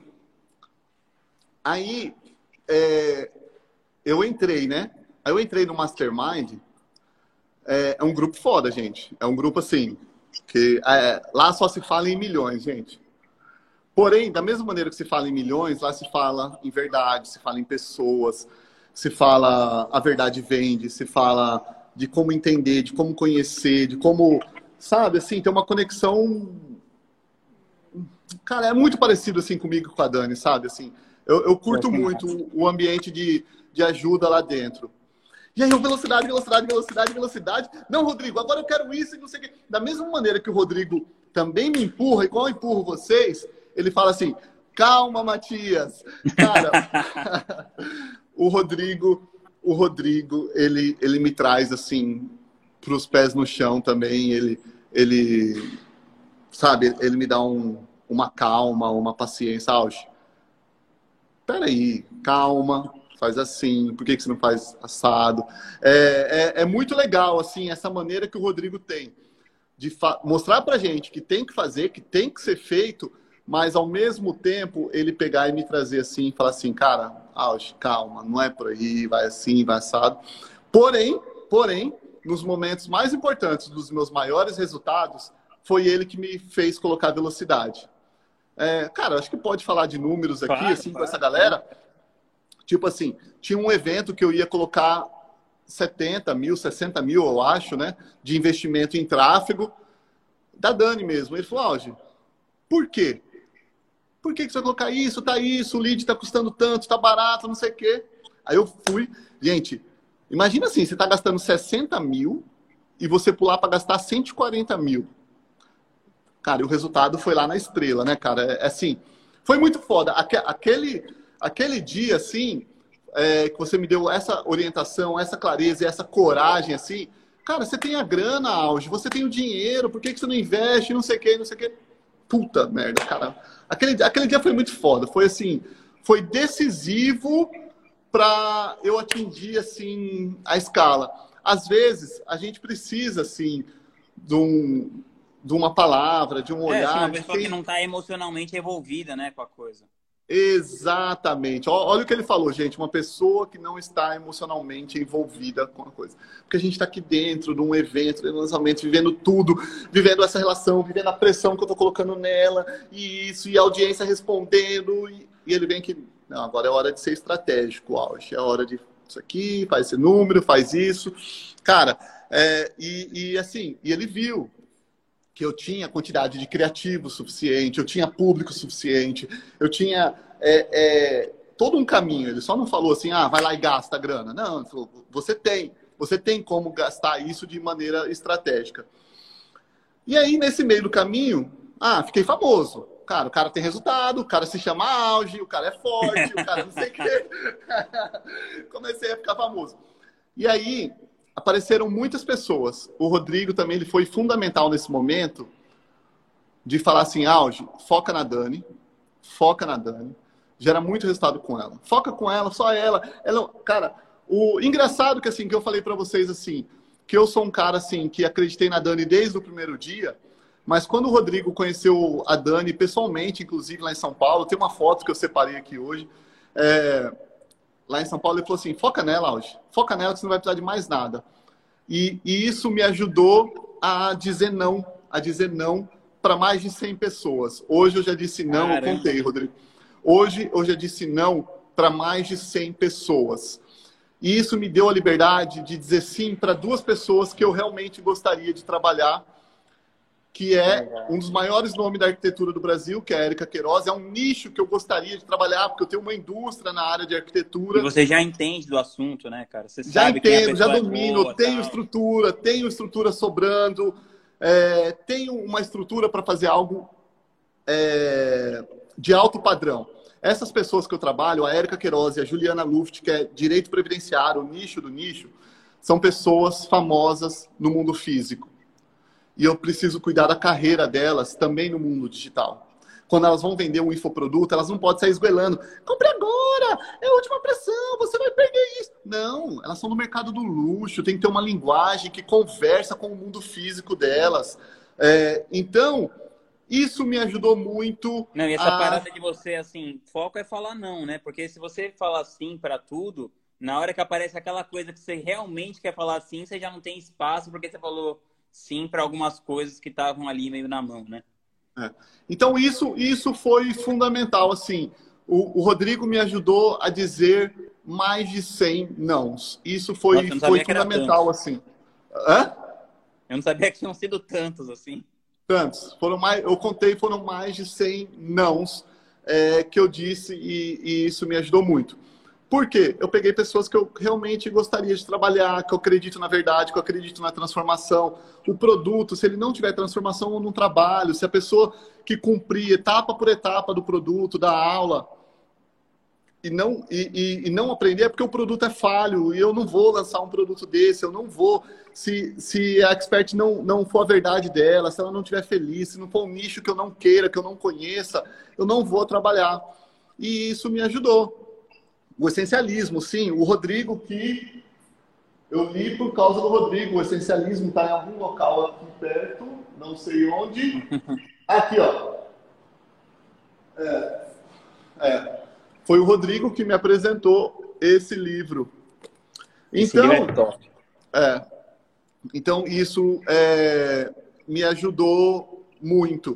aí é, eu entrei, né? Aí eu entrei no Mastermind. É, é um grupo foda, gente. É um grupo assim, que é, lá só se fala em milhões, gente. Porém, da mesma maneira que se fala em milhões, lá se fala em verdade, se fala em pessoas, se fala a verdade vende, se fala de como entender, de como conhecer, de como, sabe, assim, ter uma conexão. Cara, é muito parecido assim comigo e com a Dani, sabe? Assim, eu, eu curto É, muito o ambiente de, de ajuda lá dentro. E aí, eu, velocidade, velocidade, velocidade, velocidade. Não, Rodrigo, agora eu quero isso e não sei o quê. Da mesma maneira que o Rodrigo também me empurra, igual eu empurro vocês, ele fala assim, calma, Matias. Cara, o Rodrigo, o Rodrigo, ele, ele me traz, assim, para os pés no chão também. Ele, ele sabe, ele me dá um, uma calma, uma paciência. Auge, peraí, calma. Faz assim, por que, que você não faz assado? É, é, é muito legal, assim, essa maneira que o Rodrigo tem de mostrar pra gente que tem que fazer, que tem que ser feito, mas ao mesmo tempo ele pegar e me trazer assim, e falar assim, cara, Auge, calma, não é por aí, vai assim, vai assado. Porém, porém, nos momentos mais importantes dos meus maiores resultados, foi ele que me fez colocar velocidade. É, cara, acho que pode falar de números aqui, Claro, assim, claro. com essa galera. Tipo assim, tinha um evento que eu ia colocar setenta mil, sessenta mil, eu acho, né? De investimento em tráfego. Da Dani mesmo. Ele falou, Auge, por quê? Por que, que você vai colocar isso, tá isso, o lead tá custando tanto, tá barato, não sei o quê. Aí eu fui. Gente, imagina assim, você tá gastando sessenta mil e você pular para gastar cento e quarenta mil. Cara, e o resultado foi lá na estrela, né, cara? É assim, foi muito foda. Aquele... Aquele dia, assim, é, que você me deu essa orientação, essa clareza, essa coragem, assim, cara, você tem a grana, Auge, você tem o dinheiro, por que, que você não investe, não sei o que, não sei o que. Puta merda, cara. Aquele, aquele dia foi muito foda, foi assim, foi decisivo para eu atingir, assim, a escala. Às vezes, a gente precisa, assim, de, um, de uma palavra, de um olhar. É, assim, uma de pessoa quem... que não está emocionalmente envolvida, né, com a coisa. Exatamente. Olha o que ele falou, gente. Uma pessoa que não está emocionalmente envolvida com a coisa. Porque a gente está aqui dentro de um evento, de um lançamento, vivendo tudo, vivendo essa relação, vivendo a pressão que eu estou colocando nela, e isso, e a audiência respondendo. E, e ele vem aqui, não, agora é hora de ser estratégico, Auge. É hora de isso aqui, faz esse número, faz isso. Cara, é, e, e assim, e ele viu que eu tinha quantidade de criativo suficiente, eu tinha público suficiente, eu tinha é, é, todo um caminho. Ele só não falou assim, ah, vai lá e gasta a grana. Não, ele falou, você tem, você tem como gastar isso de maneira estratégica. E aí, nesse meio do caminho, ah, fiquei famoso. Cara, o cara tem resultado, o cara se chama Auge, o cara é forte, o cara não sei o quê. Comecei a ficar famoso. E aí... apareceram muitas pessoas. O Rodrigo também ele foi fundamental nesse momento de falar assim, Auge, foca na Dani, foca na Dani, gera muito resultado com ela. Foca com ela, só ela. ela cara, o engraçado que assim que eu falei para vocês assim, que eu sou um cara assim que acreditei na Dani desde o primeiro dia, mas quando o Rodrigo conheceu a Dani pessoalmente, inclusive lá em São Paulo, tem uma foto que eu separei aqui hoje, é... lá em São Paulo, ele falou assim, foca nela, Auge. Foca nela que você não vai precisar de mais nada. E, e isso me ajudou a dizer não, a dizer não para mais de cem pessoas. Hoje eu já disse não, Caramba. Eu contei, Rodrigo. Hoje eu já disse não para mais de cem pessoas. E isso me deu a liberdade de dizer sim para duas pessoas que eu realmente gostaria de trabalhar, que é um dos maiores nomes da arquitetura do Brasil, que é a Érica Queiroz. É um nicho que eu gostaria de trabalhar, porque eu tenho uma indústria na área de arquitetura. E você já entende do assunto, né, cara? Você já sabe entendo, quem a já pessoa domino, é boa, tenho tal. estrutura, tenho estrutura sobrando, é, tenho uma estrutura para fazer algo é, de alto padrão. Essas pessoas que eu trabalho, a Érica Queiroz e a Juliana Luft, que é direito previdenciário, o nicho do nicho, são pessoas famosas no mundo físico. E eu preciso cuidar da carreira delas também no mundo digital. Quando elas vão vender um infoproduto, elas não podem sair esgoelando. Compre agora! É a última pressão! Você vai perder isso! Não, elas são no mercado do luxo, tem que ter uma linguagem que conversa com o mundo físico delas. É, então, isso me ajudou muito. Não, e essa a... parada de você, assim, foco é falar não, né? Porque se você falar sim para tudo, na hora que aparece aquela coisa que você realmente quer falar sim, você já não tem espaço, porque você falou sim para algumas coisas que estavam ali meio na mão, né? É. Então, isso, isso foi fundamental. Assim, o, o Rodrigo me ajudou a dizer mais de cem nãos. Isso foi, Nossa, foi fundamental, assim. Hã? Eu não sabia que tinham sido tantos, assim. Tantos. Foram mais, eu contei, foram mais de cem nãos é, que eu disse e, e isso me ajudou muito. Por quê? Eu peguei pessoas que eu realmente gostaria de trabalhar, que eu acredito na verdade, que eu acredito na transformação. O produto, se ele não tiver transformação, eu não trabalho. Se a pessoa que cumprir etapa por etapa do produto, da aula, e não, e, e, e não aprender, é porque o produto é falho, e eu não vou lançar um produto desse, eu não vou, se, se a expert não, não for a verdade dela, se ela não estiver feliz, se não for um nicho que eu não queira, que eu não conheça, eu não vou trabalhar. E isso me ajudou. O essencialismo, sim. O Rodrigo, que eu li por causa do Rodrigo. O essencialismo está em algum local aqui perto, não sei onde. Aqui, ó. É, é. Foi o Rodrigo que me apresentou esse livro. Então, esse livro é top. É, então isso é, me ajudou muito.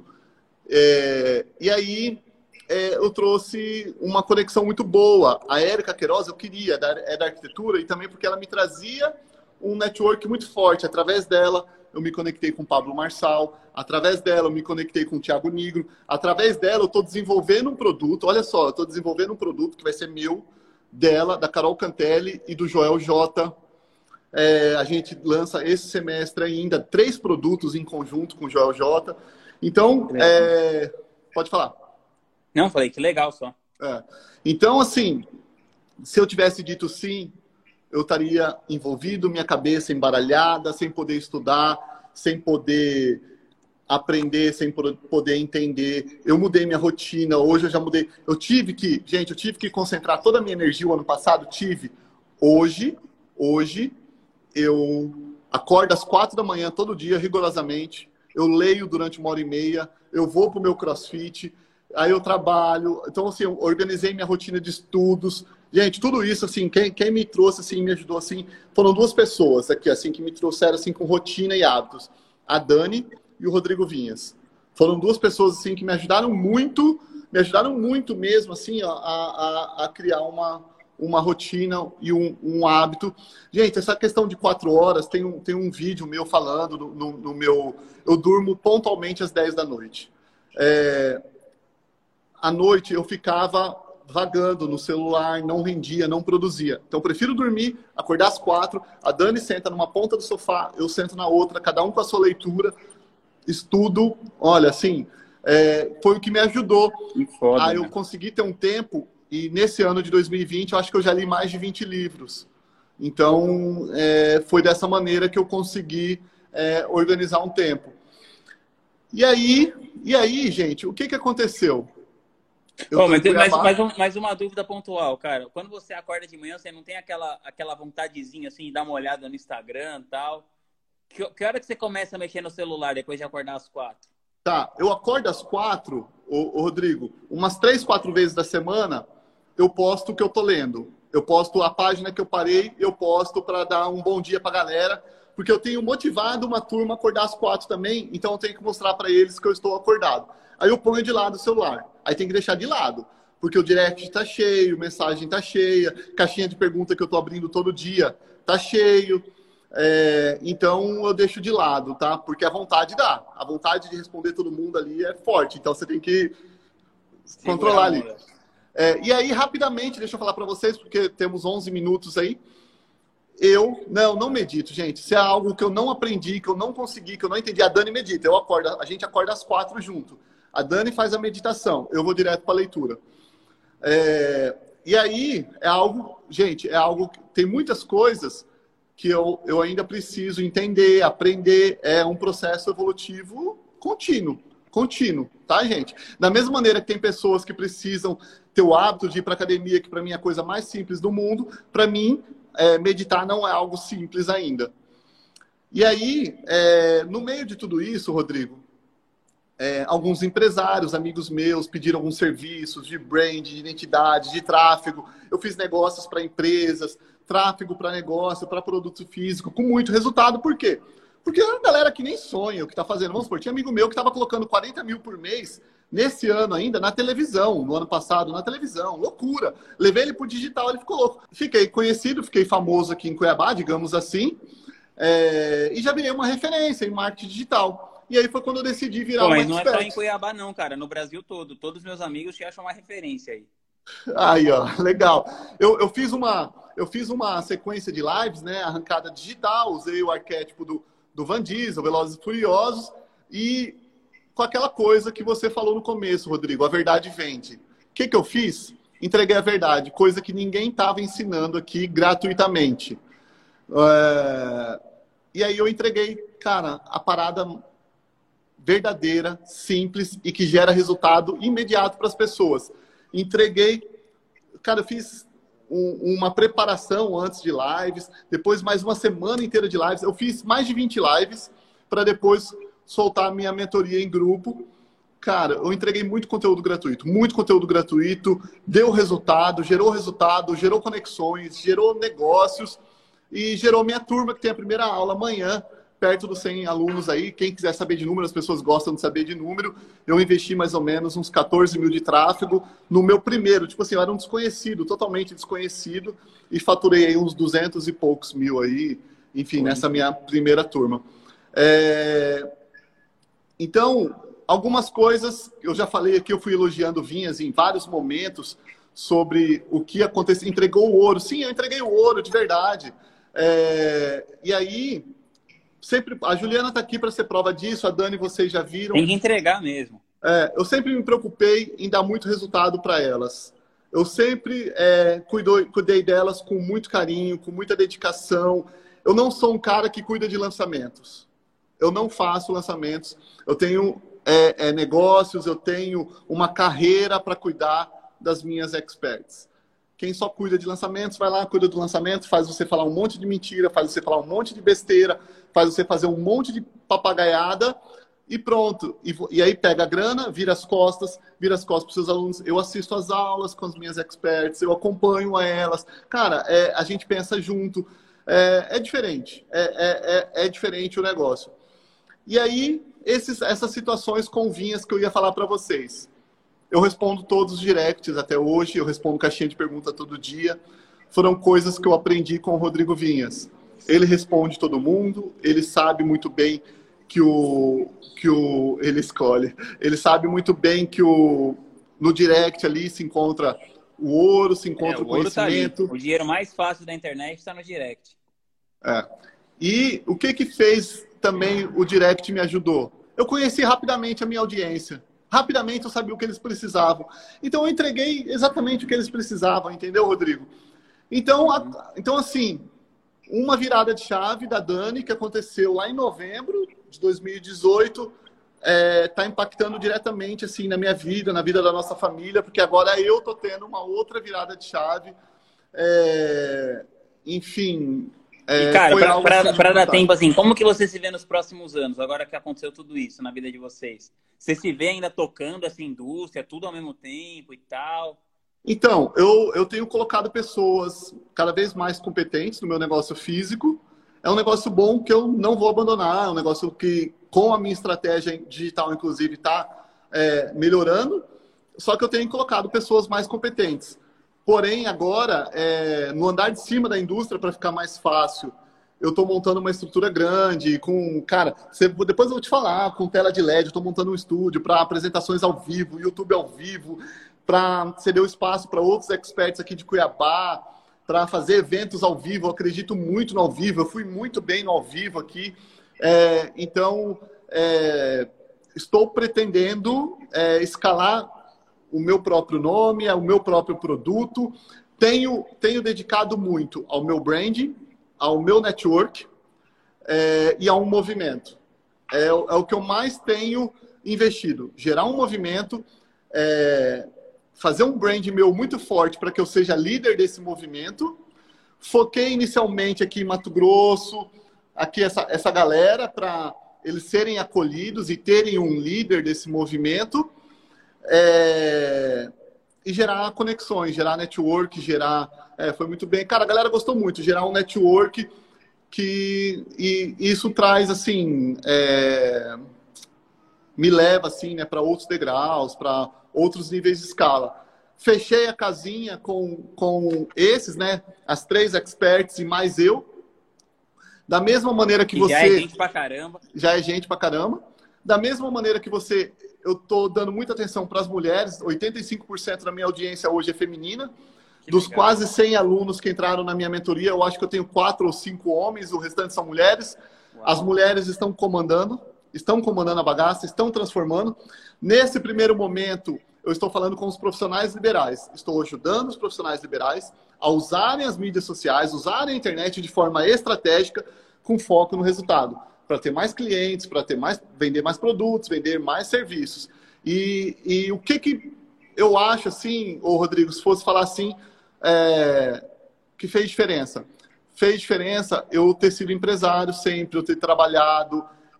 É, e aí... É, eu trouxe uma conexão muito boa. A Érica Queiroz eu queria, é da arquitetura, e também porque ela me trazia um network muito forte. Através dela, eu me conectei com o Pablo Marçal, através dela, eu me conectei com o Thiago Nigro, através dela, eu estou desenvolvendo um produto. Olha só, eu estou desenvolvendo um produto que vai ser meu, dela, da Carol Cantelli e do Joel J. É, a gente lança esse semestre ainda três produtos em conjunto com o Joel J. Então, é... pode falar. Não, falei que legal só. É. Então, assim, se eu tivesse dito sim, eu estaria envolvido, minha cabeça embaralhada, sem poder estudar, sem poder aprender, sem poder entender. Eu mudei minha rotina, hoje eu já mudei. Eu tive que, gente, eu tive que concentrar toda a minha energia o ano passado, tive. Hoje, hoje, eu acordo às quatro da manhã todo dia, rigorosamente. Eu leio durante uma hora e meia, eu vou para o meu CrossFit, aí eu trabalho. Então, assim, eu organizei minha rotina de estudos. Gente, tudo isso, assim, quem, quem me trouxe, assim, me ajudou, assim, foram duas pessoas aqui, assim, que me trouxeram, assim, com rotina e hábitos. A Dani e o Rodrigo Vinhas. Foram duas pessoas, assim, que me ajudaram muito, me ajudaram muito mesmo, assim, a, a, a criar uma, uma rotina e um, um hábito. Gente, essa questão de quatro horas, tem um, tem um vídeo meu falando no, no, no meu... Eu durmo pontualmente às dez da noite. É... À noite eu ficava vagando no celular, não rendia, não produzia. Então eu prefiro dormir, acordar às quatro, a Dani senta numa ponta do sofá, eu sento na outra, cada um com a sua leitura, estudo. Olha, assim, é, foi o que me ajudou foda, a eu né? conseguir ter um tempo, e nesse ano de dois mil e vinte eu acho que eu já li mais de vinte livros. Então é, foi dessa maneira que eu consegui é, organizar um tempo. E aí, e aí, gente, o que, que aconteceu? Oh, mas, mas, mas, um, mas uma dúvida pontual, cara. Quando você acorda de manhã, você não tem aquela, aquela vontadezinha assim de dar uma olhada no Instagram e tal? Que, que hora que você começa a mexer no celular depois de acordar às quatro? Tá, eu acordo às quatro, ô, ô, Rodrigo, umas três, quatro vezes da semana, eu posto o que eu tô lendo. Eu posto a página que eu parei, eu posto para dar um bom dia pra galera, porque eu tenho motivado uma turma a acordar às quatro também, então eu tenho que mostrar para eles que eu estou acordado. Aí eu ponho de lado o celular. Aí tem que deixar de lado, porque o direct tá cheio, mensagem tá cheia, caixinha de pergunta que eu tô abrindo todo dia tá cheio. É, então eu deixo de lado, tá? Porque a vontade dá. A vontade de responder todo mundo ali é forte. Então você tem que Segura controlar ali. É, e aí, rapidamente, deixa eu falar para vocês, porque temos onze minutos aí. Eu, não, não medito, gente. Se é algo que eu não aprendi, que eu não consegui, que eu não entendi, a Dani medita. Eu acordo, a gente acorda às quatro junto. A Dani faz a meditação, eu vou direto para a leitura. É, e aí, é algo, gente, é algo, tem muitas coisas que eu, eu ainda preciso entender, aprender, é um processo evolutivo contínuo, contínuo, tá, gente? Da mesma maneira que tem pessoas que precisam ter o hábito de ir para academia, que para mim é a coisa mais simples do mundo, para mim, é, meditar não é algo simples ainda. E aí, é, no meio de tudo isso, Rodrigo, é, alguns empresários, amigos meus, pediram alguns serviços de brand, de identidade, de tráfego. Eu fiz negócios para empresas, tráfego para negócio, para produto físico, com muito resultado. Por quê? Porque é uma galera que nem sonha o que está fazendo. Vamos supor, tinha amigo meu que estava colocando quarenta mil por mês, nesse ano ainda, na televisão, no ano passado, na televisão. Loucura. Levei ele para o digital, ele ficou louco. Fiquei conhecido, fiquei famoso aqui em Cuiabá, digamos assim. É, e já virei uma referência em marketing digital. E aí foi quando eu decidi virar Pô, uma mas não expert. é só em Cuiabá não, cara. No Brasil todo. Todos os meus amigos te acham uma referência aí. Aí, ó, legal. Eu, eu, fiz uma, eu fiz uma sequência de lives, né? Arrancada digital, usei o arquétipo do, do Van Diesel, Velozes e Furiosos, e com aquela coisa que você falou no começo, Rodrigo, a verdade vende. O que, que eu fiz? Entreguei a verdade, coisa que ninguém estava ensinando aqui gratuitamente. É... E aí eu entreguei, cara, a parada verdadeira, simples e que gera resultado imediato para as pessoas. Entreguei, cara, eu fiz um, uma preparação antes de lives, depois mais uma semana inteira de lives. Eu fiz mais de vinte lives para depois soltar a minha mentoria em grupo. Cara, eu entreguei muito conteúdo gratuito, muito conteúdo gratuito, deu resultado, gerou resultado, gerou conexões, gerou negócios e gerou minha turma, que tem a primeira aula amanhã, perto dos cem alunos aí. Quem quiser saber de número, as pessoas gostam de saber de número. Eu investi mais ou menos uns quatorze mil de tráfego no meu primeiro. Tipo assim, eu era um desconhecido, totalmente desconhecido, e faturei aí uns duzentos e poucos mil aí, enfim, nessa minha primeira turma. É... Então, algumas coisas, eu já falei aqui, eu fui elogiando Vinhas em vários momentos sobre o que aconteceu. Entregou o ouro. Sim, eu entreguei o ouro, de verdade. É... E aí... Sempre, a Juliana está aqui para ser prova disso, a Dani vocês já viram. Tem que entregar mesmo. É, eu sempre me preocupei em dar muito resultado para elas. Eu sempre é, cuidou, cuidei delas com muito carinho, com muita dedicação. Eu não sou um cara que cuida de lançamentos. Eu não faço lançamentos. Eu tenho é, é, negócios, eu tenho uma carreira para cuidar das minhas experts. Quem só cuida de lançamentos, vai lá, cuida do lançamento, faz você falar um monte de mentira, faz você falar um monte de besteira, faz você fazer um monte de papagaiada e pronto. E, e aí pega a grana, vira as costas, vira as costas para os seus alunos. Eu assisto as aulas com as minhas experts, eu acompanho a elas. Cara, é, a gente pensa junto. É, é diferente. É, é, é, é diferente o negócio. E aí, esses, essas situações com Vinhas que eu ia falar para vocês. Eu respondo todos os directs até hoje, eu respondo caixinha de pergunta todo dia. Foram coisas que eu aprendi com o Rodrigo Vinhas. Ele responde todo mundo, ele sabe muito bem que o... que o ele escolhe. Ele sabe muito bem que o, no direct ali se encontra o ouro, se encontra é, o, o conhecimento. Tá ali. O dinheiro mais fácil da internet está no direct. É. E o que que fez também o direct me ajudou? Eu conheci rapidamente a minha audiência. Rapidamente eu sabia o que eles precisavam. Então eu entreguei exatamente o que eles precisavam, entendeu, Rodrigo? Então, a, então assim, uma virada de chave da Dani, que aconteceu lá em novembro de dois mil e dezoito, está é, impactando diretamente assim, na minha vida, na vida da nossa família, porque agora eu estou tendo uma outra virada de chave. É, enfim... É, e, cara, para dar tempo, assim, como que você se vê nos próximos anos, agora que aconteceu tudo isso na vida de vocês? Você se vê ainda tocando essa indústria, tudo ao mesmo tempo e tal? Então, eu, eu tenho colocado pessoas cada vez mais competentes no meu negócio físico. É um negócio bom que eu não vou abandonar, é um negócio que, com a minha estratégia digital, inclusive, está é, melhorando. Só que eu tenho colocado pessoas mais competentes. Porém, agora, é, no andar de cima da indústria, para ficar mais fácil, eu estou montando uma estrutura grande, com, cara, você, depois eu vou te falar, com tela de L E D, eu estou montando um estúdio para apresentações ao vivo, YouTube ao vivo, para ceder o espaço para outros experts aqui de Cuiabá, para fazer eventos ao vivo. Eu acredito muito no ao vivo, eu fui muito bem no ao vivo aqui. É, então, é, estou pretendendo é, escalar o meu próprio nome, é o meu próprio produto. Tenho, tenho dedicado muito ao meu branding, ao meu network é, e a um movimento. É, é o que eu mais tenho investido. Gerar um movimento, é, fazer um brand meu muito forte para que eu seja líder desse movimento. Foquei inicialmente aqui em Mato Grosso, aqui essa, essa galera, para eles serem acolhidos e terem um líder desse movimento. É, e gerar conexões, gerar network, gerar... É, foi muito bem. Cara, a galera gostou muito. Gerar um network que... E isso traz, assim... É, me leva, assim, né, para outros degraus, para outros níveis de escala. Fechei a casinha com, com esses, né? As três experts e mais eu. Da mesma maneira que e você... Já é gente pra caramba. Já é gente pra caramba. Da mesma maneira que você... Eu estou dando muita atenção para as mulheres. oitenta e cinco por cento da minha audiência hoje é feminina. Que Dos legal. Quase cem alunos que entraram na minha mentoria, eu acho que eu tenho quatro ou cinco homens, o restante são mulheres. Uau. As mulheres estão comandando, estão comandando a bagaça, estão transformando. Nesse primeiro momento, eu estou falando com os profissionais liberais. Estou ajudando os profissionais liberais a usarem as mídias sociais, usarem a internet de forma estratégica, com foco no resultado. Para ter mais clientes, para ter mais, vender mais produtos, vender mais serviços. E, e o que, que eu acho, assim, ô Rodrigo, se fosse falar assim, é, que fez diferença? Fez diferença eu ter sido empresário sempre, eu ter trabalhado,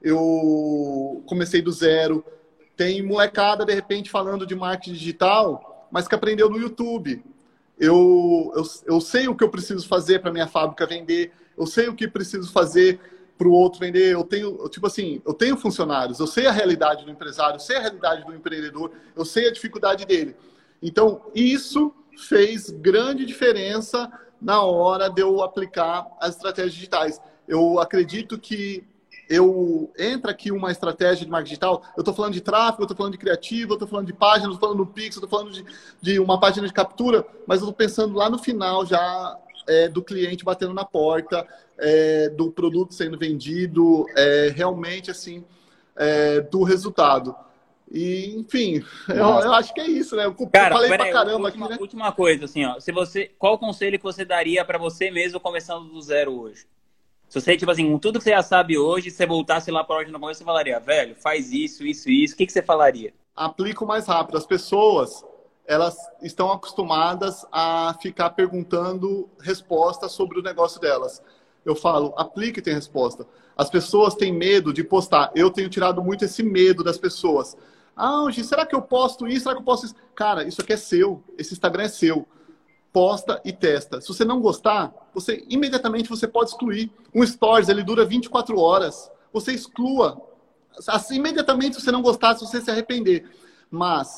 eu comecei do zero. Tem molecada, de repente, falando de marketing digital, mas que aprendeu no YouTube. Eu, eu, eu sei o que eu preciso fazer para minha fábrica vender, eu sei o que preciso fazer para o outro vender. Eu tenho, tipo assim, eu tenho funcionários, eu sei a realidade do empresário, eu sei a realidade do empreendedor, eu sei a dificuldade dele. Então, isso fez grande diferença na hora de eu aplicar as estratégias digitais. Eu acredito que eu entra aqui uma estratégia de marketing digital, eu estou falando de tráfego, eu estou falando de criativo, eu estou falando de página, eu estou falando do Pix, eu estou falando de, de uma página de captura, mas eu estou pensando lá no final já é, do cliente batendo na porta, É, do produto sendo vendido, é, realmente, assim, é, do resultado. E, enfim, eu, eu acho que é isso, né? Eu, Cara, eu falei pra aí, caramba última, aqui, né? Última coisa, assim, ó. Se você, qual o conselho que você daria para você mesmo começando do zero hoje? Se você, tipo assim, com tudo que você já sabe hoje, se você voltasse lá para hoje no começo, você falaria, velho, faz isso, isso, isso. O que, que você falaria? Aplico mais rápido. As pessoas, elas estão acostumadas a ficar perguntando respostas sobre o negócio delas. Eu falo, aplique e tem resposta. As pessoas têm medo de postar. Eu tenho tirado muito esse medo das pessoas. Ah, Angie, será que eu posto isso? Será que eu posto isso? Cara, isso aqui é seu. Esse Instagram é seu. Posta e testa. Se você não gostar, você imediatamente você pode excluir. Um Stories, ele dura vinte e quatro horas. Você exclua. Assim, imediatamente, se você não gostar, se você se arrepender. Mas,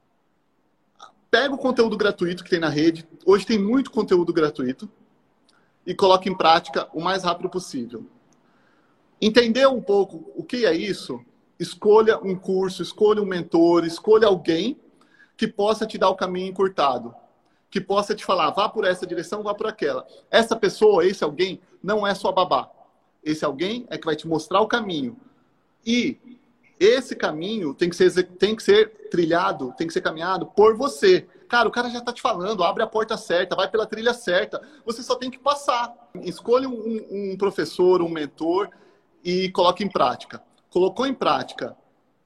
pega o conteúdo gratuito que tem na rede. Hoje tem muito conteúdo gratuito. E coloque em prática o mais rápido possível. Entender um pouco o que é isso? Escolha um curso, escolha um mentor, escolha alguém que possa te dar o caminho encurtado. Que possa te falar, vá por essa direção, vá por aquela. Essa pessoa, esse alguém, não é sua babá. Esse alguém é que vai te mostrar o caminho. E esse caminho tem que ser, tem que ser trilhado, tem que ser caminhado por você. Cara, o cara já está te falando, abre a porta certa, vai pela trilha certa. Você só tem que passar. Escolha um, um professor, um mentor e coloque em prática. Colocou em prática,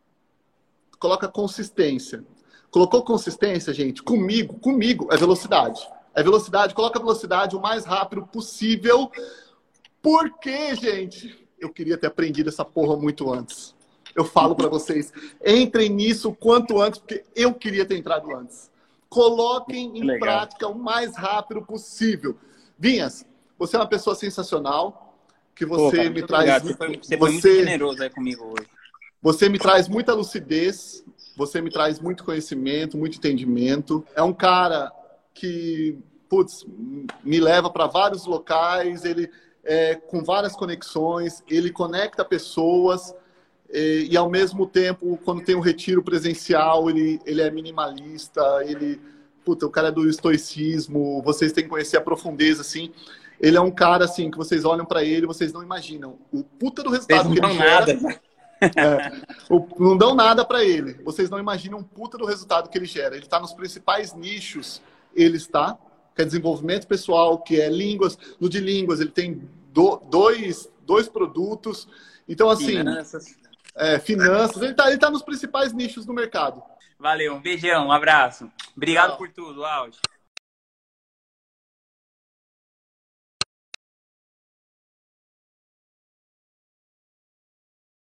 coloca consistência. Colocou consistência, gente, comigo, comigo é velocidade. É velocidade, coloca a velocidade o mais rápido possível. Porque, gente, eu queria ter aprendido essa porra muito antes. Eu falo para vocês, entrem nisso o quanto antes, porque eu queria ter entrado antes. Coloquem em Legal. prática o mais rápido possível. Vinhas, você é uma pessoa sensacional, que você Pô, cara, me traz... Você foi, você foi muito generoso aí comigo hoje. Você me traz muita lucidez, você me traz muito conhecimento, muito entendimento. É um cara que, putz, me leva para vários locais, ele é com várias conexões, ele conecta pessoas... E, e, ao mesmo tempo, quando tem um retiro presencial, ele, ele é minimalista, ele... Puta, o cara é do estoicismo, vocês têm que conhecer a profundeza, assim. Ele é um cara, assim, que vocês olham pra ele e vocês não imaginam. O puta do resultado que ele gera... Nada. É, o, não dão nada para ele. Vocês não imaginam um puta do resultado que ele gera. Ele está nos principais nichos. Ele está, que é desenvolvimento pessoal, que é línguas. No de línguas, ele tem do, dois, dois produtos. Então, assim, finanças. É, finanças. Ele está ele tá nos principais nichos do mercado. Valeu, um beijão, um abraço. Obrigado Tchau. por tudo, Aldi.